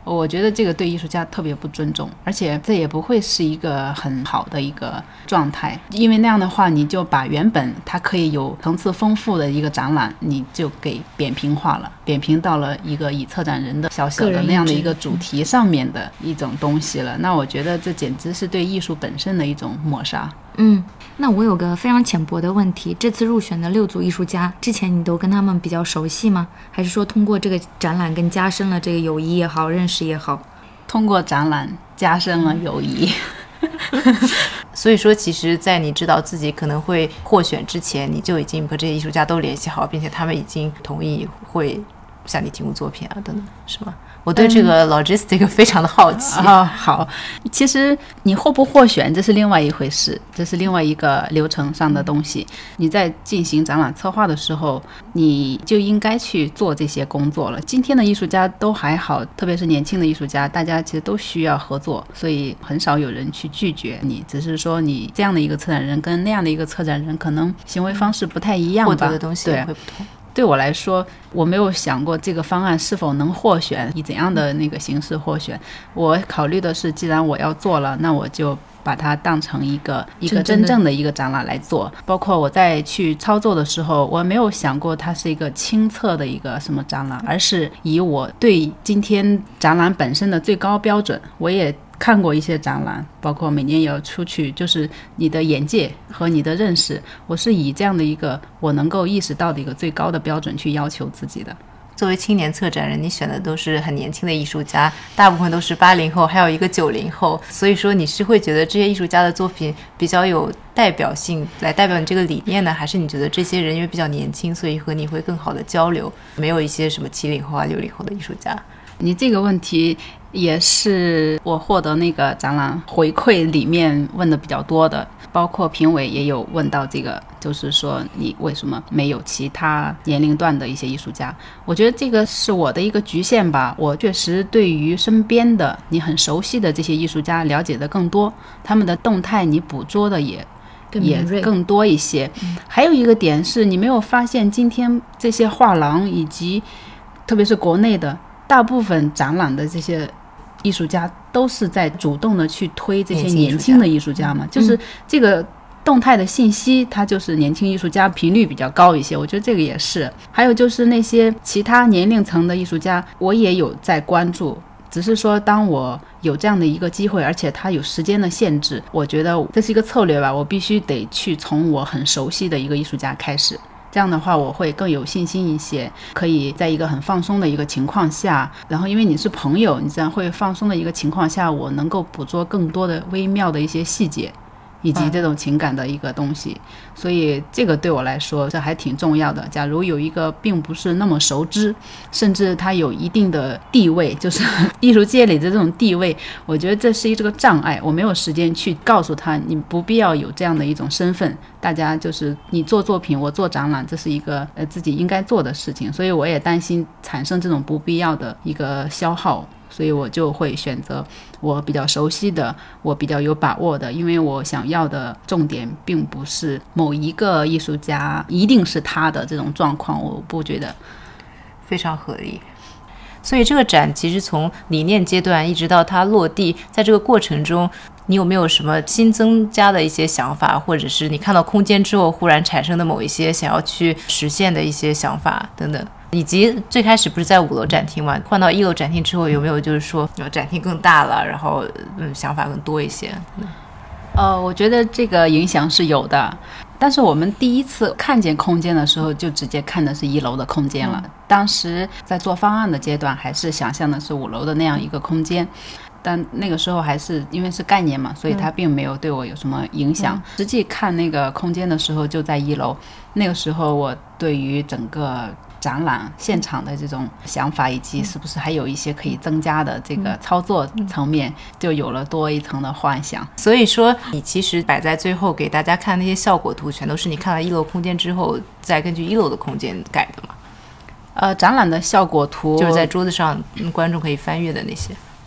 我觉得这个对艺术家特别不尊重，而且这也不会是一个很好的一个状态，因为那样的话你就把原本它可以有层次丰富的一个展览你就给扁平化了，扁平到了一个以策展人的小小的那样的一个主题上面的一种东西了。那我觉得这简直是对艺术本身的一种抹杀。 那我有个非常浅薄的问题，这次入选的6组艺术家，之前你都跟他们比较熟悉吗？还是说通过这个展览更加深了这个友谊也好，认识也好？ 通过展览加深了友谊。 所以说其实在你知道自己可能会获选之前，你就已经和这些艺术家都联系好，并且他们已经同意会向你提供作品啊等等，是吗？我对这个 logistic 非常的好奇。 好，其实你获不获选这是另外一回事，这是另外一个流程上的东西。你在进行展览策划的时候，你就应该去做这些工作了。今天的艺术家都还好，特别是年轻的艺术家，大家其实都需要合作，所以很少有人去拒绝你，只是说你这样的一个策展人跟那样的一个策展人可能行为方式不太一样吧， 获得的东西也会不同。 对我来说，我没有想过这个方案是否能获选，以怎样的那个形式获选。我考虑的是，既然我要做了，那我就把它当成一个真正的一个展览来做。包括我在去操作的时候，我没有想过它是一个清测的一个什么展览，而是以我对今天展览本身的最高标准。我也看过一些展览，包括每年也要出去，就是你的眼界和你的认识，我是以这样的一个我能够意识到的一个最高的标准去要求自己的。 作为青年策展人，你选的都是很年轻的艺术家，大部分都是80后，还有一个90后，所以说你是会觉得这些艺术家的作品比较有代表性，来代表你这个理念呢，还是你觉得这些人因为比较年轻，所以和你会更好的交流，没有一些什么70后啊60后的艺术家？ 你这个问题也是我获得那个展览回馈里面问的比较多的，包括评委也有问到这个，就是说你为什么没有其他年龄段的一些艺术家。我觉得这个是我的一个局限吧，我确实对于身边的你很熟悉的这些艺术家了解的更多，他们的动态你捕捉的也更多一些。还有一个点是，你没有发现今天这些画廊以及特别是国内的大部分展览的这些艺术家都是在主动的去推这些年轻的艺术家嘛，就是这个动态的信息它就是年轻艺术家频率比较高一些，我觉得这个也是。还有就是那些其他年龄层的艺术家我也有在关注，只是说当我有这样的一个机会，而且它有时间的限制，我觉得这是一个策略吧，我必须得去从我很熟悉的一个艺术家开始，这样的话我会更有信心一些，可以在一个很放松的一个情况下，然后因为你是朋友，你这样会放松的一个情况下，我能够捕捉更多的微妙的一些细节以及这种情感的一个东西，所以这个对我来说这还挺重要的。假如有一个并不是那么熟知，甚至他有一定的地位，就是艺术界里的这种地位，我觉得这是这个障碍，我没有时间去告诉他你不必要有这样的一种身份，大家就是你做作品我做展览，这是一个自己应该做的事情，所以我也担心产生这种不必要的一个消耗，所以我就会选择我比较熟悉的，我比较有把握的，因为我想要的重点并不是某一个艺术家一定是他的这种状况，我不觉得。 非常合理。所以这个展其实从理念阶段一直到它落地，在这个过程中你有没有什么新增加的一些想法，或者是你看到空间之后忽然产生的某一些想要去实现的一些想法等等？以及最开始不是在5楼展厅嘛，换到1楼展厅之后有没有就是说展厅更大了，然后想法更多一些？ 我觉得这个影响是有的，但是我们第一次看见空间的时候就直接看的是1楼的空间了，当时在做方案的阶段还是想象的是5楼的那样一个空间，但那个时候还是因为是概念嘛，所以它并没有对我有什么影响。实际看那个空间的时候就在1楼，那个时候我对于整个展览现场的这种想法，以及是不是还有一些可以增加的这个操作层面，就有了多一层的幻想。 所以说你其实摆在最后给大家看那些效果图，全都是你看了1楼空间之后再根据1楼的空间改的嘛？ 展览的效果图就是在桌子上观众可以翻阅的那些。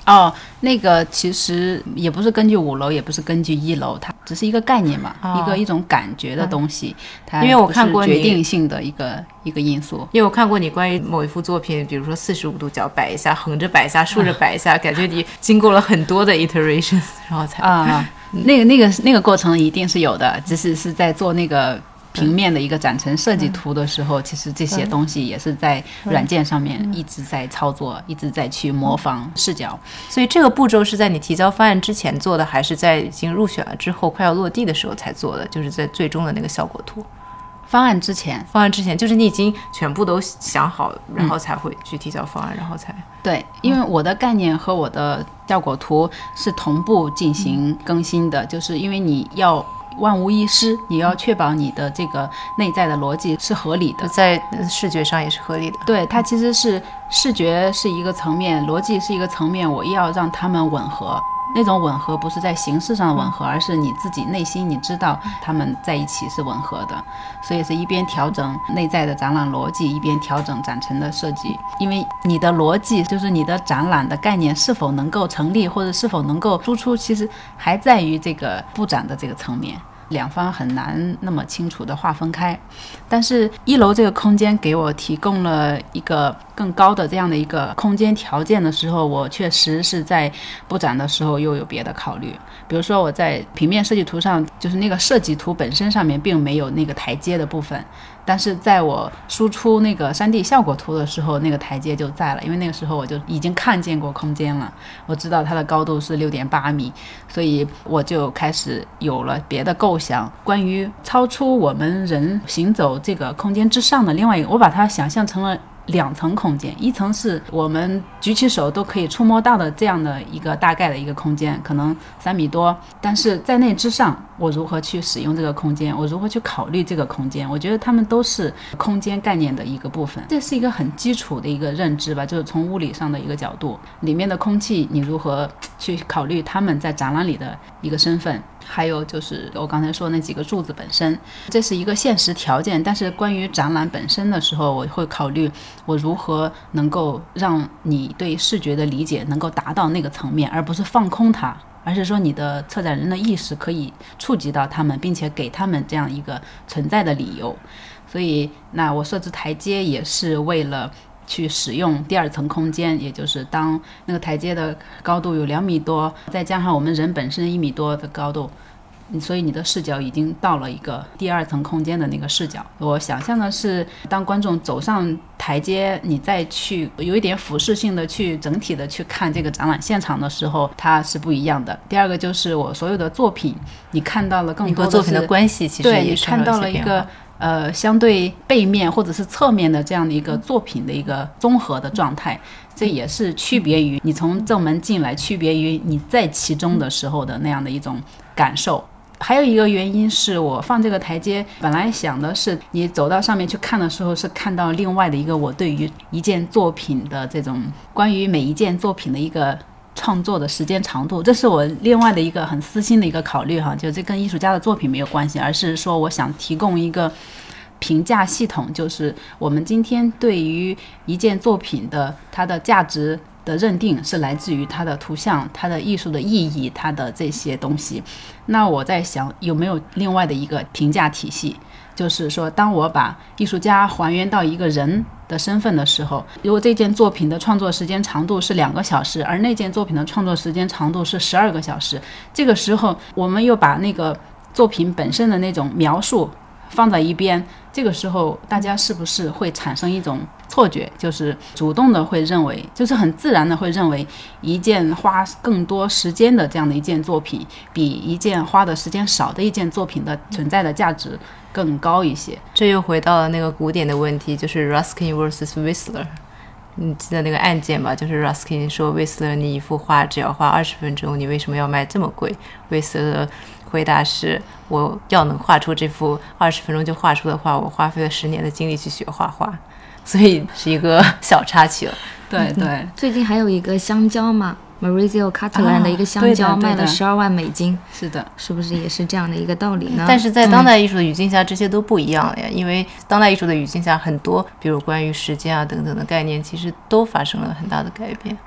哦，那个其实也不是根据5楼，也不是根据1楼，它只是一个概念嘛，一种感觉的东西，它因为我看过决定性的一个因素。 因为我看过你关于某一幅作品，比如说45度角摆一下，横着摆一下，竖着摆一下，感觉你经过了很多的 iterations， 然后才那个过程一定是有的，只是在做那个平面的一个展陈设计图的时候，其实这些东西也是在软件上面一直在操作，一直在去模仿视角。 所以这个步骤是在你提交方案之前做的，还是在已经入选了之后快要落地的时候才做的？就是在最终的那个效果图。 方案之前就是你已经全部都想好，然后才会去提交方案，然后才对，因为我的概念和我的效果图是同步进行更新的，就是因为你要万无一失，你要确保你的这个内在的逻辑是合理的， 在视觉上也是合理的。 对，它其实是视觉是一个层面，逻辑是一个层面，我要让它们吻合。那种吻合不是在形式上的吻合，而是你自己内心你知道他们在一起是吻合的，所以是一边调整内在的展览逻辑，一边调整展陈的设计。因为你的逻辑就是你的展览的概念是否能够成立，或者是否能够输出，其实还在于这个布展的这个层面，两方很难那么清楚的划分开。但是1楼这个空间给我提供了一个更高的这样的一个空间条件的时候，我确实是在布展的时候又有别的考虑。比如说我在平面设计图上，就是那个设计图本身上面并没有那个台阶的部分，但是在我输出那个 3D 效果图的时候，那个台阶就在了，因为那个时候我就已经看见过空间了，我知道它的高度是6.8米，所以我就开始有了别的构想，关于超出我们人行走这个空间之上的另外一个，我把它想象成了2层空间，一层是我们举起手都可以触摸到的这样的一个大概的一个空间，可能3米多，但是在那之上我如何去使用这个空间，我如何去考虑这个空间，我觉得它们都是空间概念的一个部分，这是一个很基础的一个认知吧，就是从物理上的一个角度，里面的空气你如何去考虑它们在展览里的一个身份，还有就是我刚才说那几个柱子本身，这是一个现实条件。但是关于展览本身的时候，我会考虑我如何能够让你对视觉的理解能够达到那个层面，而不是放空它，而是说你的策展人的意识可以触及到他们，并且给他们这样一个存在的理由。所以那我设置台阶也是为了去使用第2层空间，也就是当那个台阶的高度有2米多，再加上我们人本身1米多的高度，所以你的视角已经到了一个第2层空间的那个视角。我想象的是，当观众走上台阶，你再去有一点俯视性的去整体的去看这个展览现场的时候，它是不一样的。第2个就是我所有的作品，你看到了更多的是作品的关系，其实对， 也你看到了一个相对背面或者是侧面的这样的一个作品的一个综合的状态，这也是区别于你从正门进来，区别于你在其中的时候的那样的一种感受。还有一个原因是我放这个台阶，本来想的是你走到上面去看的时候，是看到另外的一个我对于一件作品的这种关于每一件作品的一个创作的时间长度，这是我另外的一个很私心的一个考虑哈，就这跟艺术家的作品没有关系，而是说我想提供一个评价系统，就是我们今天对于一件作品的它的价值的认定是来自于它的图像、它的艺术的意义、它的这些东西。那我在想有没有另外的一个评价体系，就是说当我把艺术家还原到一个人的身份的时候，如果这件作品的创作时间长度是2个小时，而那件作品的创作时间长度是12个小时，这个时候我们又把那个作品本身的那种描述放在一边，这个时候大家是不是会产生一种错觉，就是主动的会认为，就是很自然的会认为一件花更多时间的这样的一件作品比一件花的时间少的一件作品的存在的价值更高一些。 这又回到了那个古典的问题，就是 Ruskin versus Whistler。你记得那个案件吧，就是 Ruskin 说 Whistler 你一幅画只要花20分钟，你为什么要卖这么贵？ Whistler 的回答是，我要能画出这幅20分钟就画出的画，我花费了10年的精力去学画画，所以是一个小插曲了。 对对， 最近还有一个香蕉嘛，Maurizio Cattelan 的一个香蕉卖了12万美金， 是的， 是不是也是这样的一个道理呢？ 但是在当代艺术的语境下，这些都不一样了呀，因为当代艺术的语境下，很多比如关于时间啊等等的概念，其实都发生了很大的改变。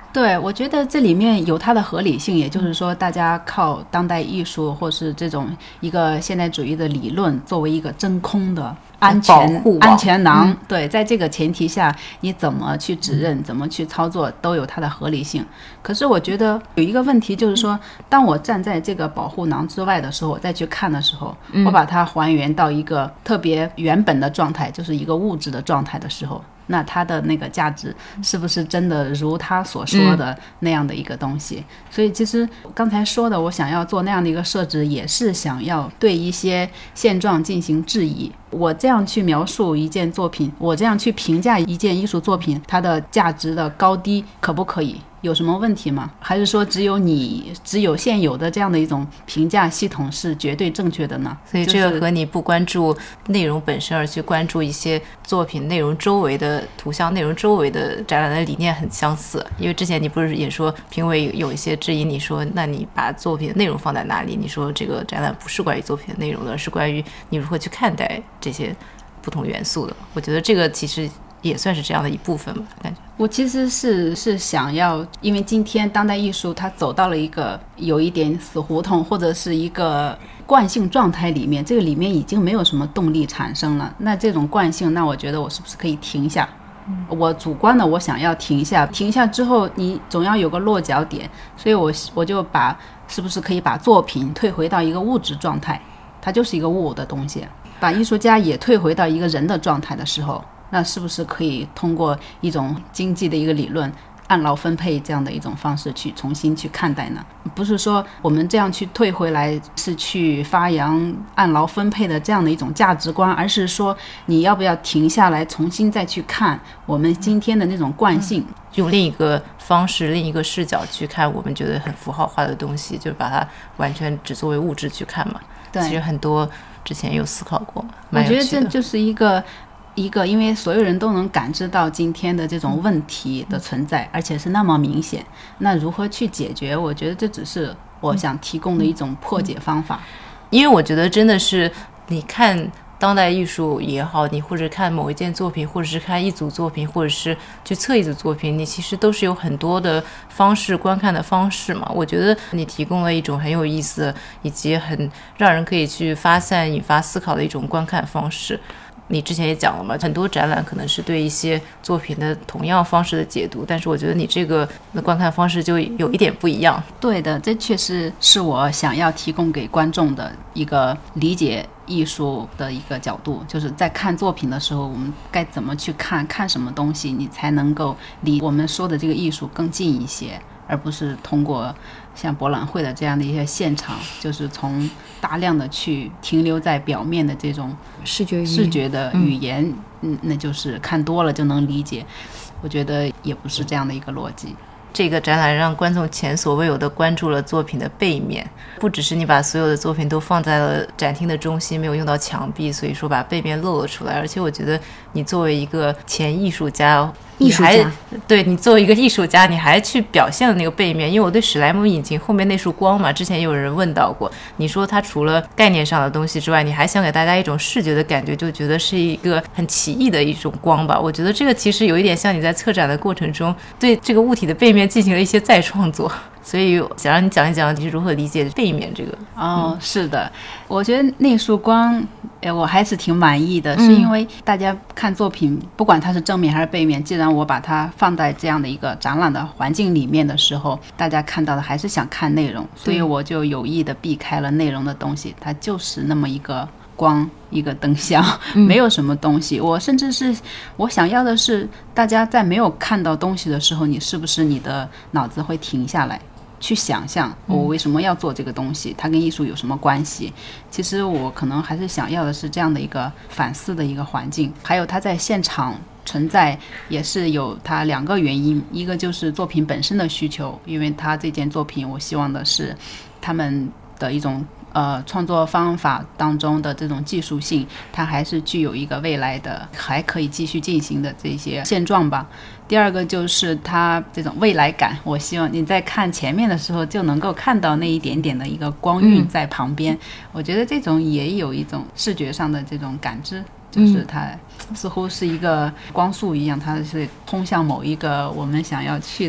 对，我觉得这里面有它的合理性，也就是说大家靠当代艺术或是这种一个现代主义的理论作为一个真空的安全囊，对，在这个前提下你怎么去指认怎么去操作都有它的合理性。可是我觉得有一个问题，就是说当我站在这个保护囊之外的时候，我再去看的时候，我把它还原到一个特别原本的状态，就是一个物质的状态的时候，那它的那个价值是不是真的如他所说的那样的一个东西？所以其实刚才说的，我想要做那样的一个设置，也是想要对一些现状进行质疑。我这样去描述一件作品，我这样去评价一件艺术作品，它的价值的高低可不可以？有什么问题吗？还是说只有现有的这样的一种评价系统是绝对正确的呢？ 所以这个和你不关注内容本身而去关注一些作品内容周围的图像内容周围的展览的理念很相似。因为之前你不是也说评委有一些质疑你说，那你把作品的内容放在哪里？你说这个展览不是关于作品的内容的，而是关于你如何去看待这些不同元素的。我觉得这个其实也算是这样的一部分吧，感觉。 我其实是想要，因为今天当代艺术它走到了一个有一点死胡同或者是一个惯性状态里面，这个里面已经没有什么动力产生了。那这种惯性，那我觉得我是不是可以停下？我主观的我想要停下之后，你总要有个落脚点，所以我就是不是可以把作品退回到一个物质状态，它就是一个物的东西，把艺术家也退回到一个人的状态的时候，那是不是可以通过一种经济的一个理论，按劳分配这样的一种方式去重新去看待呢？不是说我们这样去退回来是去发扬按劳分配的这样的一种价值观，而是说你要不要停下来重新再去看我们今天的那种惯性， 用另一个方式另一个视角去看我们觉得很符号化的东西，就是把它完全只作为物质去看嘛。 对， 其实很多之前有思考过， 我觉得这就是一个因为所有人都能感知到今天的这种问题的存在，而且是那么明显，那如何去解决？我觉得这只是我想提供的一种破解方法。 因为我觉得真的是你看当代艺术也好，你或者看某一件作品，或者是看一组作品，或者是去测一组作品，你其实都是有很多的方式观看的方式嘛。我觉得你提供了一种很有意思以及很让人可以去发散引发思考的一种观看方式。你之前也讲了嘛，很多展览可能是对一些作品的同样方式的解读，但是我觉得你这个的观看方式就有一点不一样。 对的，这确实是我想要提供给观众的一个理解艺术的一个角度，就是在看作品的时候，我们该怎么去看什么东西，你才能够离我们说的这个艺术更近一些，而不是通过像博览会的这样的一些现场，就是从大量的去停留在表面的这种视觉的语言，那就是看多了就能理解。我觉得也不是这样的一个逻辑。 这个展览让观众前所未有的关注了作品的背面，不只是你把所有的作品都放在了展厅的中心，没有用到墙壁，所以说把背面露了出来。而且我觉得你作为一个前艺术家，对，你作为一个艺术家，你还去表现了那个背面。因为我对史莱姆引擎后面那束光嘛，之前也有人问到过，你说它除了概念上的东西之外，你还想给大家一种视觉的感觉，就觉得是一个很奇异的一种光吧。我觉得这个其实有一点像你在策展的过程中对这个物体的背面进行了一些再创作，所以想让你讲一讲你是如何理解背面这个。 是的，我觉得那束光我还是挺满意的，是因为大家看作品不管它是正面还是背面，既然我把它放在这样的一个展览的环境里面的时候，大家看到的还是想看内容，所以我就有意的避开了内容的东西，它就是那么一个光，一个灯箱，没有什么东西。我甚至是我想要的是大家在没有看到东西的时候，你是不是你的脑子会停下来去想象我为什么要做这个东西，它跟艺术有什么关系。其实我可能还是想要的是这样的一个反思的一个环境。还有它在现场存在也是有它两个原因，一个就是作品本身的需求，因为它这件作品我希望的是他们的一种创作方法当中的这种技术性，它还是具有一个未来的还可以继续进行的这些现状吧。第二个就是它这种未来感，我希望你在看前面的时候就能够看到那一点点的一个光晕在旁边，我觉得这种也有一种视觉上的这种感知，就是它似乎是一个光速一样，它是通向某一个我们想要去的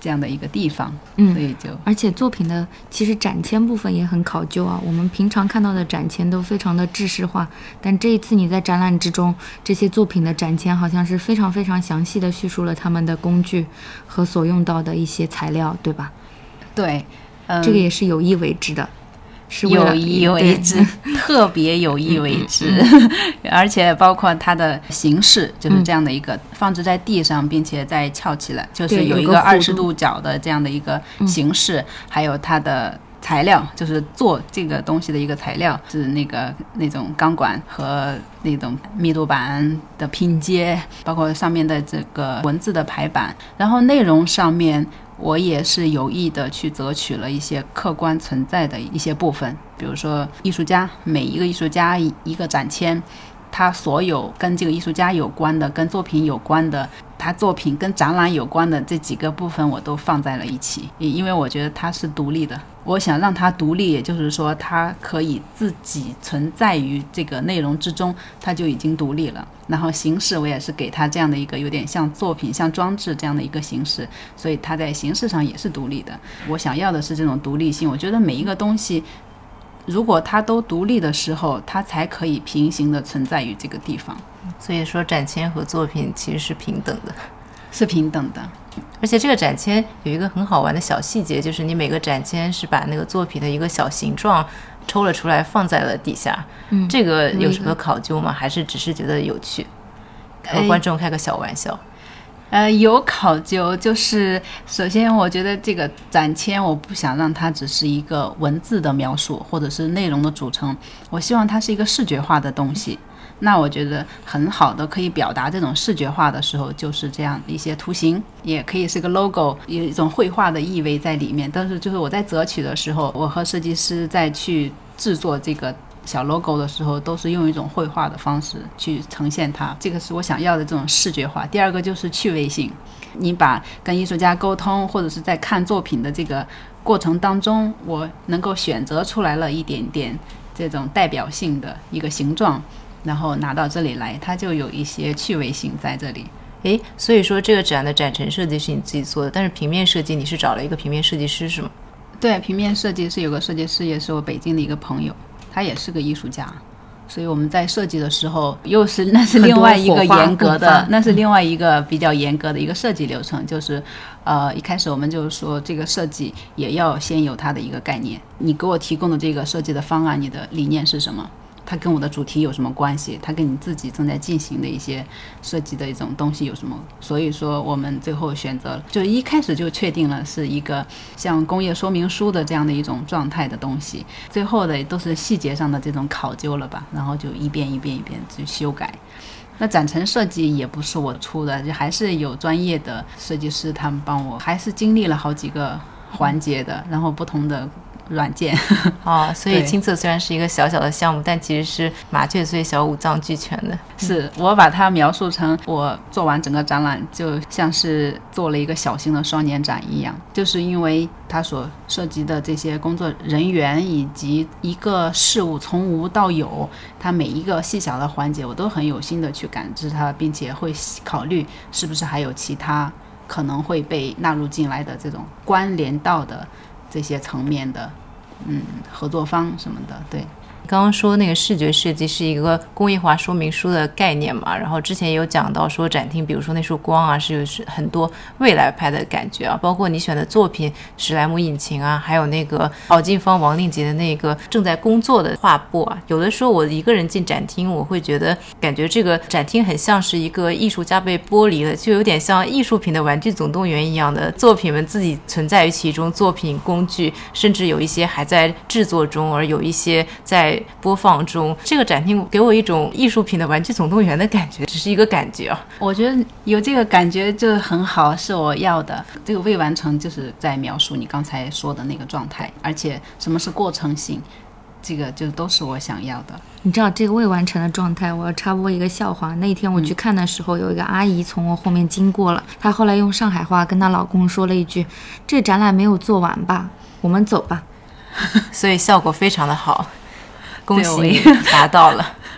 这样的一个地方，所以就而且作品的其实展签部分也很考究啊。我们平常看到的展签都非常的制式化，但这一次你在展览之中，这些作品的展签好像是非常非常详细的叙述了他们的工具和所用到的一些材料，对吧？ 对， 这个也是有意为之的。是有意为之，特别有意为之，而且包括它的形式就是这样的一个放置在地上，并且再翘起来，就是有一个20度角的这样的一个形式，还有它的材料，就是做这个东西的一个材料是那种钢管和那种密度板的拼接，包括上面的这个文字的排版，然后内容上面我也是有意的去择取了一些客观存在的一些部分，比如说艺术家，每一个艺术家一个展签，他所有跟这个艺术家有关的，跟作品有关的，他作品跟展览有关的这几个部分我都放在了一起，因为我觉得它是独立的，我想让它独立，也就是说它可以自己存在于这个内容之中，它就已经独立了。然后形式我也是给它这样的一个有点像作品像装置这样的一个形式，所以它在形式上也是独立的。我想要的是这种独立性，我觉得每一个东西如果它都独立的时候，它才可以平行的存在于这个地方。 所以说展签和作品其实是平等的， 是平等的。 而且这个展签有一个很好玩的小细节，就是你每个展签是把那个作品的一个小形状抽了出来放在了底下。这个有什么考究吗？还是只是觉得有趣，和观众开个小玩笑？ 有考究，就是首先我觉得这个展签我不想让它只是一个文字的描述或者是内容的组成，我希望它是一个视觉化的东西。那我觉得很好的可以表达这种视觉化的时候，就是这样一些图形，也可以是个 logo， 有一种绘画的意味在里面。但是就是我在择取的时候，我和设计师在去制作这个小 logo 的时候，都是用一种绘画的方式去呈现它，这个是我想要的这种视觉化。第二个就是趣味性，你把跟艺术家沟通或者是在看作品的这个过程当中，我能够选择出来了一点点这种代表性的一个形状，然后拿到这里来，它就有一些趣味性在这里。 所以说这个展的展陈设计是你自己做的，但是平面设计你是找了一个平面设计师是吗？ 对，平面设计是有个设计师，也是我北京的一个朋友，他也是个艺术家，所以我们在设计的时候那是另外一个严格的，那是另外一个比较严格的一个设计流程，就是一开始我们就是说这个设计也要先有它的一个概念，你给我提供的这个设计的方案，你的理念是什么，它跟我的主题有什么关系，它跟你自己正在进行的一些设计的一种东西有什么，所以说我们最后选择了，就一开始就确定了是一个像工业说明书的这样的一种状态的东西，最后的都是细节上的这种考究了吧，然后就一遍一遍去修改。那展陈设计也不是我出的，就还是有专业的设计师他们帮我，还是经历了好几个环节的，然后不同的软件所以青策虽然是一个小小的项目，但其实是麻雀虽小五脏俱全的。 是我把它描述成我做完整个展览就像是做了一个小型的双年展一样，就是因为它所涉及的这些工作人员以及一个事物从无到有，它每一个细小的环节我都很有心的去感知它，并且会考虑是不是还有其他可能会被纳入进来的这种关联到的这些层面的合作方什么的。对， 刚刚说那个视觉设计是一个工业化说明书的概念嘛，然后之前也有讲到说展厅比如说那束光啊是有很多未来派的感觉啊，包括你选的作品史莱姆引擎啊，还有那个敖劲芳王令杰的那个正在工作的画布啊，有的时候我一个人进展厅，我会觉得感觉这个展厅很像是一个艺术家被剥离了，就有点像艺术品的玩具总动员一样的，作品们自己存在于其中，作品工具甚至有一些还在制作中，而有一些在播放中，这个展厅给我一种艺术品的玩具总动员的感觉，只是一个感觉啊。 我觉得有这个感觉就很好，是我要的。这个未完成就是在描述你刚才说的那个状态，而且什么是过程性，这个就都是我想要的。 你知道这个未完成的状态，我要插播一个笑话。那天我去看的时候，有一个阿姨从我后面经过了，她后来用上海话跟她老公说了一句：“这展览没有做完吧，我们走吧。” 所以效果非常的好，恭喜你达到了。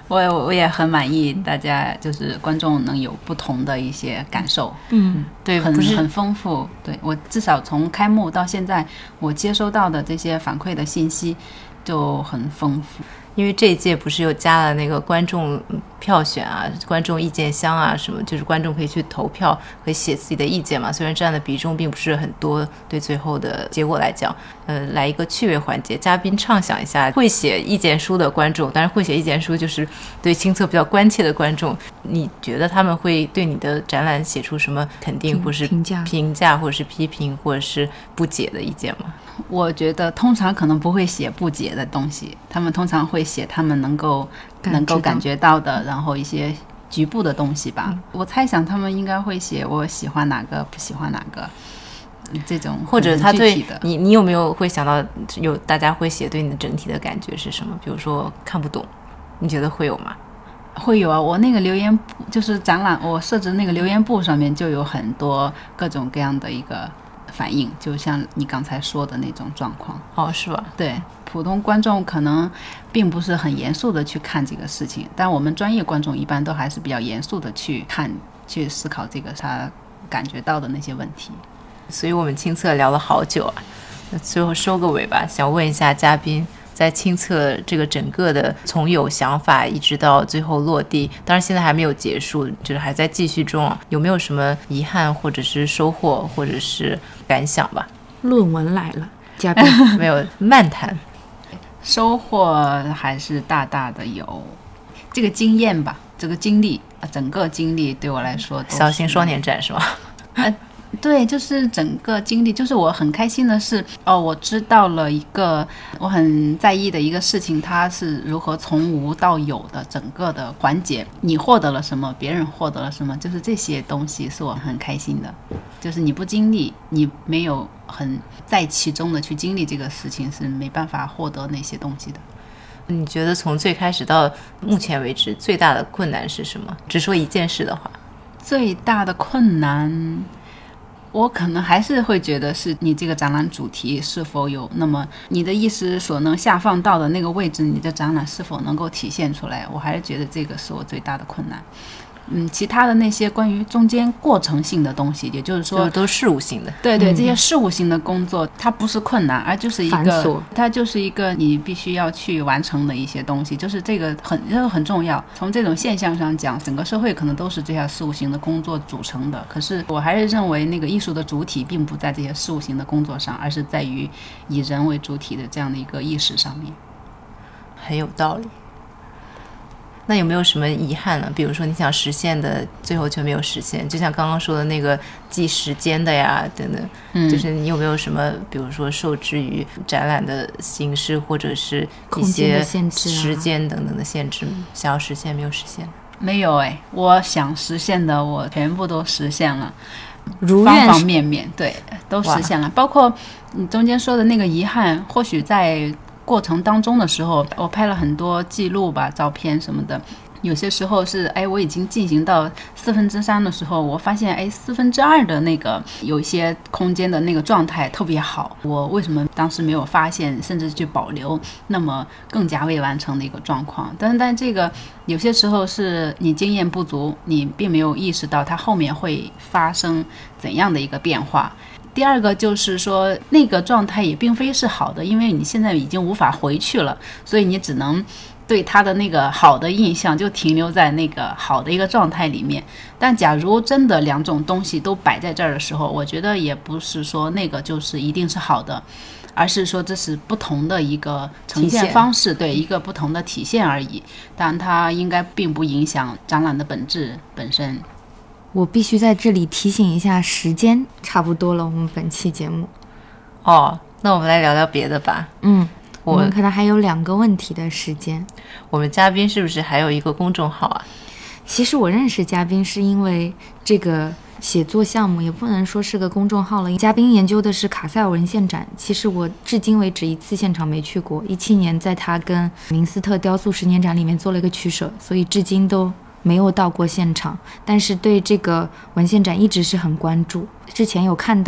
我也很满意，大家就是观众能有不同的一些感受， 对，不是很丰富。对，我至少从开幕到现在，我接收到的这些反馈的信息就很丰富。 因为这一届不是又加了那个观众票选啊、观众意见箱啊什么，就是观众可以去投票和写自己的意见嘛。虽然这样的比重并不是很多，对最后的结果来讲，来一个趣味环节，嘉宾畅想一下会写意见书的观众，当然会写意见书就是对清测比较关切的观众，你觉得他们会对你的展览写出什么肯定或是评价或者是批评或者是不解的意见吗？ 我觉得通常可能不会写不解的东西，他们通常会写他们能够感觉到的，然后一些局部的东西吧。我猜想他们应该会写我喜欢哪个不喜欢哪个，这种或者他对你有没有会想到有大家会写对你的整体的感觉是什么？比如说看不懂，你觉得会有吗？ 会有啊，我那个留言就是展览我设置那个留言簿上面就有很多各种各样的一个反应，就像你刚才说的那种状况。 哦，是吧？ 对，普通观众可能并不是很严肃的去看这个事情，但我们专业观众一般都还是比较严肃的去看、去思考这个他感觉到的那些问题。 所以我们清测聊了好久啊，那最后收个尾吧，想问一下嘉宾，在清测这个整个的从有想法一直到最后落地，当然现在还没有结束，就是还在继续中啊，有没有什么遗憾或者是收获或者是感想吧？ 论文来了，嘉宾没有漫谈。 收获还是大大的有这个经验吧，这个经历，整个经历对我来说都是小型双年展是吗？ 对，就是整个经历，就是我很开心的是，我知道了一个我很在意的一个事情，它是如何从无到有的整个的环节，你获得了什么，别人获得了什么，就是这些东西是我很开心的。就是你不经历，你没有很在其中的去经历这个事情，是没办法获得那些东西的。 你觉得从最开始到目前为止最大的困难是什么？只说一件事的话， 最大的困难我可能还是会觉得是你这个展览主题是否有那么你的意识所能下放到的那个位置，你的展览是否能够体现出来，我还是觉得这个是我最大的困难。其他的那些关于中间过程性的东西，也就是说都是事务性的， 对对，这些事务性的工作它不是困难，而就是一个它就是一个你必须要去完成的一些东西，就是这个很重要。从这种现象上讲，整个社会可能都是这些事务性的工作组成的，可是我还是认为那个艺术的主体并不在这些事务性的工作上，而是在于以人为主体的这样的一个意识上面。 很有道理。那有没有什么遗憾呢？比如说你想实现的最后却没有实现，就像刚刚说的那个记时间的呀等等，就是你有没有什么比如说受制于展览的形式或者是一些时间等等的限制，想要实现没有实现？ 没有我想实现的我全部都实现了， 如愿方方面面对都实现了，包括你中间说的那个遗憾，或许在过程当中的时候，我拍了很多记录吧，照片什么的。有些时候是我已经进行到3/4的时候，我发现2/4的那个有一些空间的那个状态特别好，我为什么当时没有发现，甚至去保留那么更加未完成的一个状况？但这个有些时候是你经验不足，你并没有意识到它后面会发生怎样的一个变化。第二个就是说，那个状态也并非是好的，因为你现在已经无法回去了，所以你只能对他的那个好的印象就停留在那个好的一个状态里面。但假如真的两种东西都摆在这儿的时候，我觉得也不是说那个就是一定是好的，而是说这是不同的一个呈现方式，对，一个不同的体现而已。但它应该并不影响展览的本质本身。 我必须在这里提醒一下，时间差不多了，我们本期节目。 那我们来聊聊别的吧。 我们可能还有2个问题的时间。 我们嘉宾是不是还有一个公众号啊？ 其实我认识嘉宾是因为这个写作项目，也不能说是个公众号了。嘉宾研究的是卡塞尔文献展，其实我至今为止一次现场没去过。17年在他跟明斯特雕塑10年展里面做了一个取舍，所以至今都没有到过现场，但是对这个文献展一直是很关注。之前有看到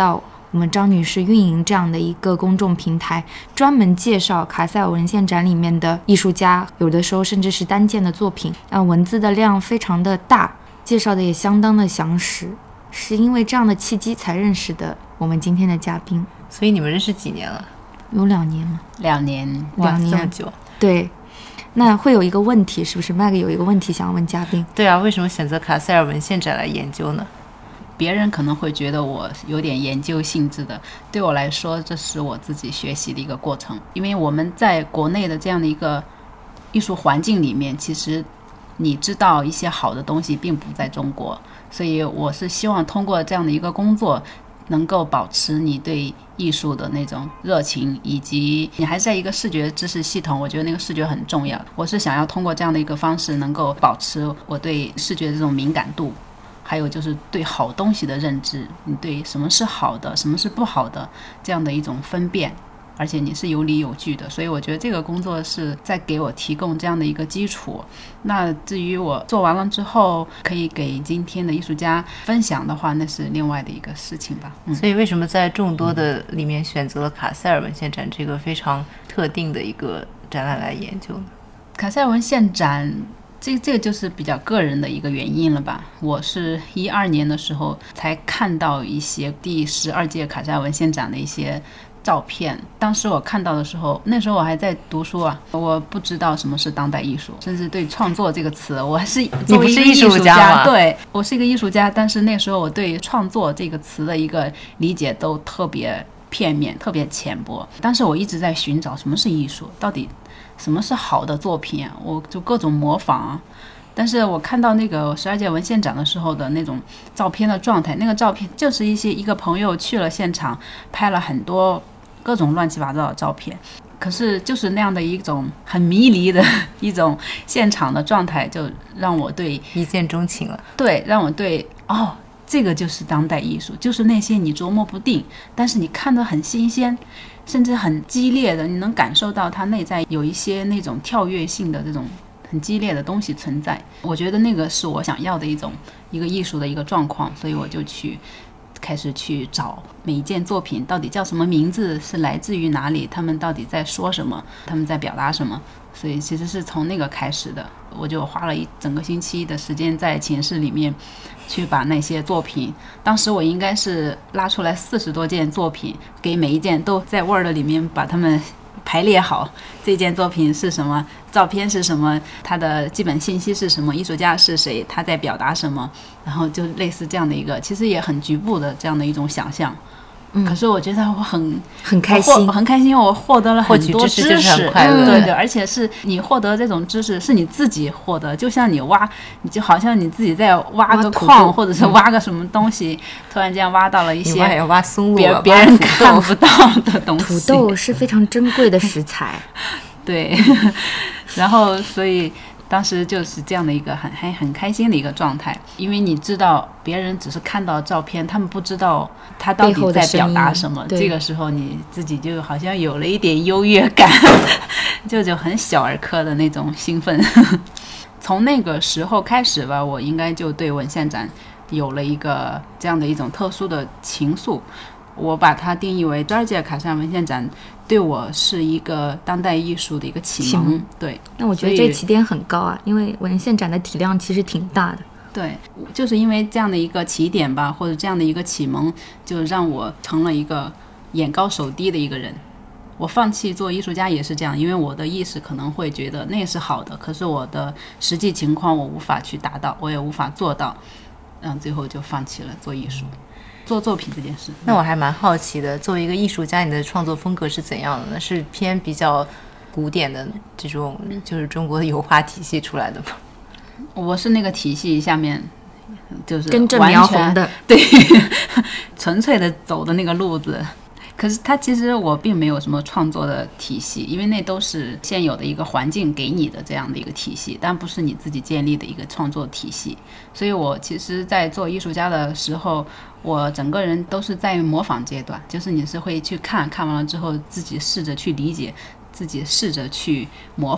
我们张女士运营这样的一个公众平台，专门介绍卡塞尔文献展里面的艺术家，有的时候甚至是单件的作品，文字的量非常的大，介绍的也相当的详实，是因为这样的契机才认识的我们今天的嘉宾。 所以你们认识几年了？ 有2年吗 ？2年， 哇， 2年， 这么久。 对。那会有一个问题，是不是麦克有一个问题想要问嘉宾？ 对啊，为什么选择卡塞尔文献展来研究呢？ 别人可能会觉得我有点研究性质的，对我来说这是我自己学习的一个过程。因为我们在国内的这样的一个艺术环境里面，其实你知道一些好的东西并不在中国，所以我是希望通过这样的一个工作能够保持你对艺术的那种热情，以及你还是在一个视觉知识系统，我觉得那个视觉很重要。我是想要通过这样的一个方式能够保持我对视觉的这种敏感度，还有就是对好东西的认知，你对什么是好的什么是不好的这样的一种分辨，而且你是有理有据的。所以我觉得这个工作是在给我提供这样的一个基础。那至于我做完了之后可以给今天的艺术家分享的话，那是另外的一个事情吧。 所以为什么在众多的里面选择了卡塞尔文献展这个非常特定的一个展览来研究呢？ 卡塞尔文献展这个就是比较个人的一个原因了吧。我是12年的时候才看到一些第12届卡塞尔文献展的一些照片，当时我看到的时候，那时候我还在读书啊，我不知道什么是当代艺术，甚至对创作这个词，我还是作为一个艺术家，对，我是一个艺术家，但是那时候我对创作这个词的一个理解都特别片面，特别浅薄。但是我一直在寻找什么是艺术，到底什么是好的作品啊，我就各种模仿啊。但是我看到那个12届文献展的时候的那种照片的状态，那个照片就是一个朋友去了现场，拍了很多各种乱七八糟的照片，可是就是那样的一种很迷离的一种现场的状态，就让我对一见钟情了。 对，让我对这个就是当代艺术，就是那些你琢磨不定，但是你看得很新鲜，甚至很激烈的，你能感受到它内在有一些那种跳跃性的这种很激烈的东西存在。我觉得那个是我想要的一个艺术的一个状况，所以我就开始去找每一件作品到底叫什么名字，是来自于哪里，他们到底在说什么，他们在表达什么。所以其实是从那个开始的，我就花了一整个星期的时间在寝室里面去把那些作品，当时我应该是拉出来40多件作品，给每一件都在 Word 里面把它们排列好，这件作品是什么，照片是什么，它的基本信息是什么，艺术家是谁，他在表达什么，然后就类似这样的一个其实也很局部的这样的一种想象。可是我觉得我很开心，我很开心，我获得了很多知识， 就是很快乐。 对对，而且是你获得这种知识是你自己获得，就像你就好像你自己在挖个矿，或者是挖个什么东西，突然间挖到了一些你挖松露， 别人看不到的东西。 土豆是非常珍贵的食材， 对，然后所以当时就是这样的一个很开心的一个状态，因为你知道别人只是看到照片，他们不知道他到底在表达什么，这个时候你自己就好像有了一点优越感就很小儿科的那种兴奋从那个时候开始吧，我应该就对文献展有了一个这样的一种特殊的情愫。我把它定义为12届卡塞尔文献展对我是一个当代艺术的一个启蒙。对， 那我觉得这起点很高啊，因为文献展的体量其实挺大的。 对，就是因为这样的一个起点吧，或者这样的一个启蒙，就让我成了一个眼高手低的一个人。我放弃做艺术家也是这样，因为我的意识可能会觉得那是好的，可是我的实际情况我无法去达到，我也无法做到，最后就放弃了做艺术。做作品这件事。 那我还蛮好奇的，作为一个艺术家，你的创作风格是怎样的呢？是偏比较古典的这种，就是中国的油画体系出来的吗？ 我是那个体系下面，就是根正苗红的， 对，纯粹的走的那个路子。可是它其实我并没有什么创作的体系，因为那都是现有的一个环境给你的这样的一个体系，但不是你自己建立的一个创作体系。所以我其实在做艺术家的时候，我整个人都是在模仿阶段，就是你是会去看完了之后自己试着去理解，自己试着去模仿，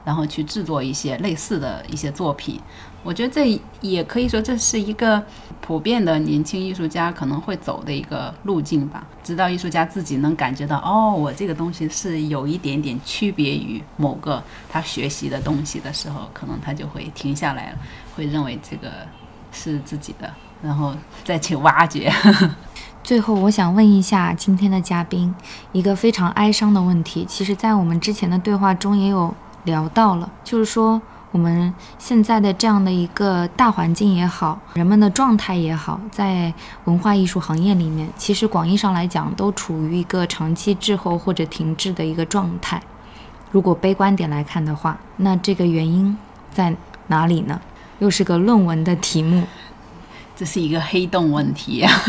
然后去制作一些类似的一些作品。我觉得这也可以说这是一个普遍的年轻艺术家可能会走的一个路径吧，直到艺术家自己能感觉到，哦，我这个东西是有一点点区别于某个他学习的东西的时候，可能他就会停下来了，会认为这个是自己的，然后再去挖掘。 最后我想问一下今天的嘉宾一个非常哀伤的问题，其实在我们之前的对话中也有聊到了，就是说我们现在的这样的一个大环境也好，人们的状态也好，在文化艺术行业里面，其实广义上来讲都处于一个长期滞后或者停滞的一个状态。如果悲观点来看的话，那这个原因在哪里呢？又是个论文的题目， 这是一个黑洞问题啊。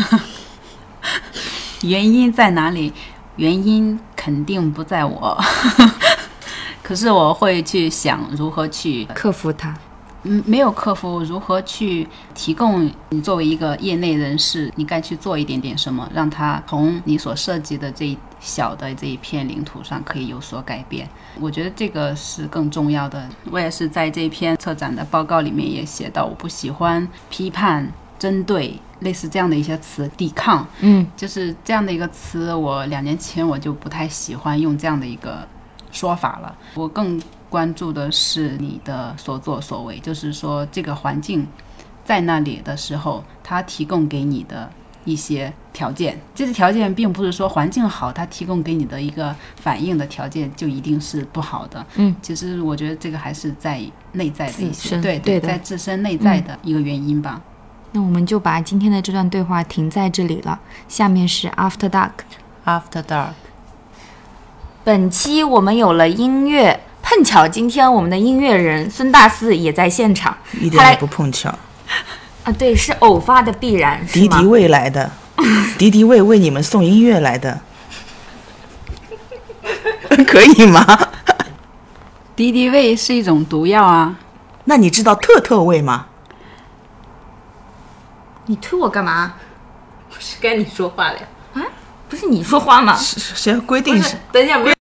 原因在哪里？原因肯定不在我。可是我会去想如何去克服它。 没有克服，如何去提供你作为一个业内人士，你该去做一点点什么，让它从你所涉及的这一小的这一片领土上可以有所改变。我觉得这个是更重要的。我也是在这篇策展的报告里面也写到，我不喜欢批判、针对类似这样的一些词，抵抗，就是这样的一个词，我2年前我就不太喜欢用这样的一个说法了。我更关注的是你的所作所为，就是说这个环境在那里的时候，它提供给你的一些条件，这些条件并不是说环境好，它提供给你的一个反应的条件就一定是不好的。其实我觉得这个还是在内在的一些，对，在自身内在的一个原因吧。 那我们就把今天的这段对话停在这里了，下面是 After Dark。本期我们有了音乐，碰巧今天我们的音乐人孙大四也在现场， 一点也不碰巧啊，对，是偶发的必然，是吗？ 敌敌畏来的，敌敌畏为你们送音乐来的，可以吗？ 敌敌畏是一种毒药啊。 那你知道特特畏吗？ 你推我干嘛？ 不是该你说话了呀？ 啊，不是你说话吗？ 谁规定是？ 等一下，不是